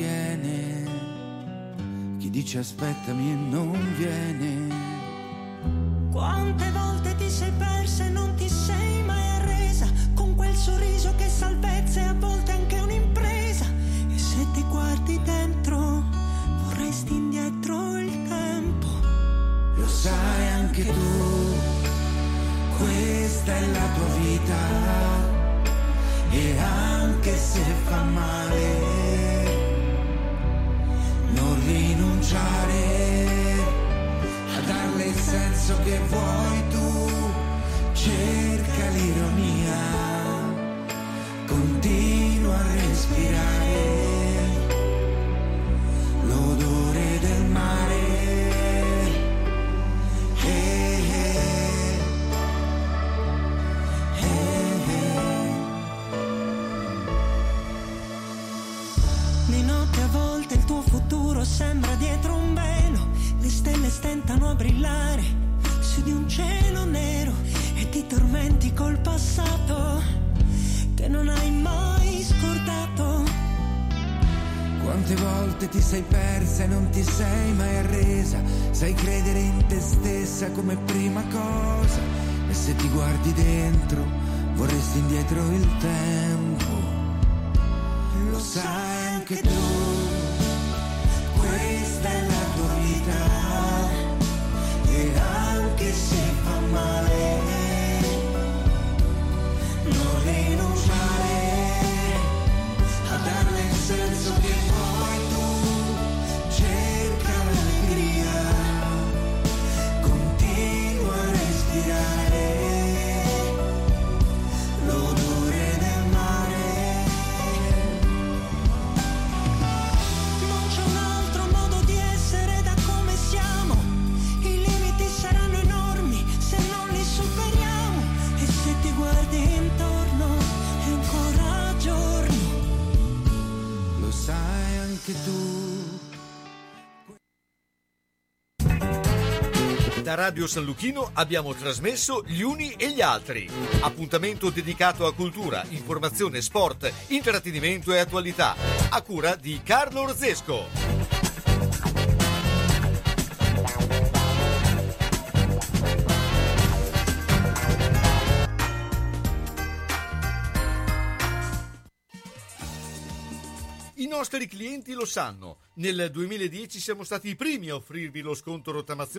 mantiene, chi dice aspettami e non viene. Quante volte ti sei persa e non ti sei mai arresa, con quel sorriso che salvezza e a volte anche un'impresa. E se ti guardi dentro vorresti indietro il tempo. Lo sai anche tu, questa è la tua vita, e anche se fa male non rinunciare a darle il senso che vuoi tu. Cerca l'ironia, continua a respirare l'odore del mare. Di notte a volte il tuo futuro sembra dietro un velo, le stelle stentano a brillare su di un cielo nero, e ti tormenti col passato che non hai mai scordato. Quante volte ti sei persa e non ti sei mai arresa, sai credere in te stessa come prima cosa, e se ti guardi dentro vorresti indietro il tempo. Lo sai anche tu, questa è la tua vita, e anche se fa male non rinunciare a darle il senso che vuoi tu. Cerca l'allegria, continua a respirare l'odore del mare. Non c'è un altro modo di essere da come siamo, i limiti saranno enormi se non li superiamo, e se ti guardi intorno è ancora giorno. Lo sai anche tu. Da Radio San Luchino abbiamo trasmesso Gli Uni e gli Altri. Appuntamento dedicato a cultura, informazione, sport, intrattenimento e attualità. A cura di Carlo Orzesco. I nostri clienti lo sanno. Nel 2010 siamo stati i primi a offrirvi lo sconto rottamazione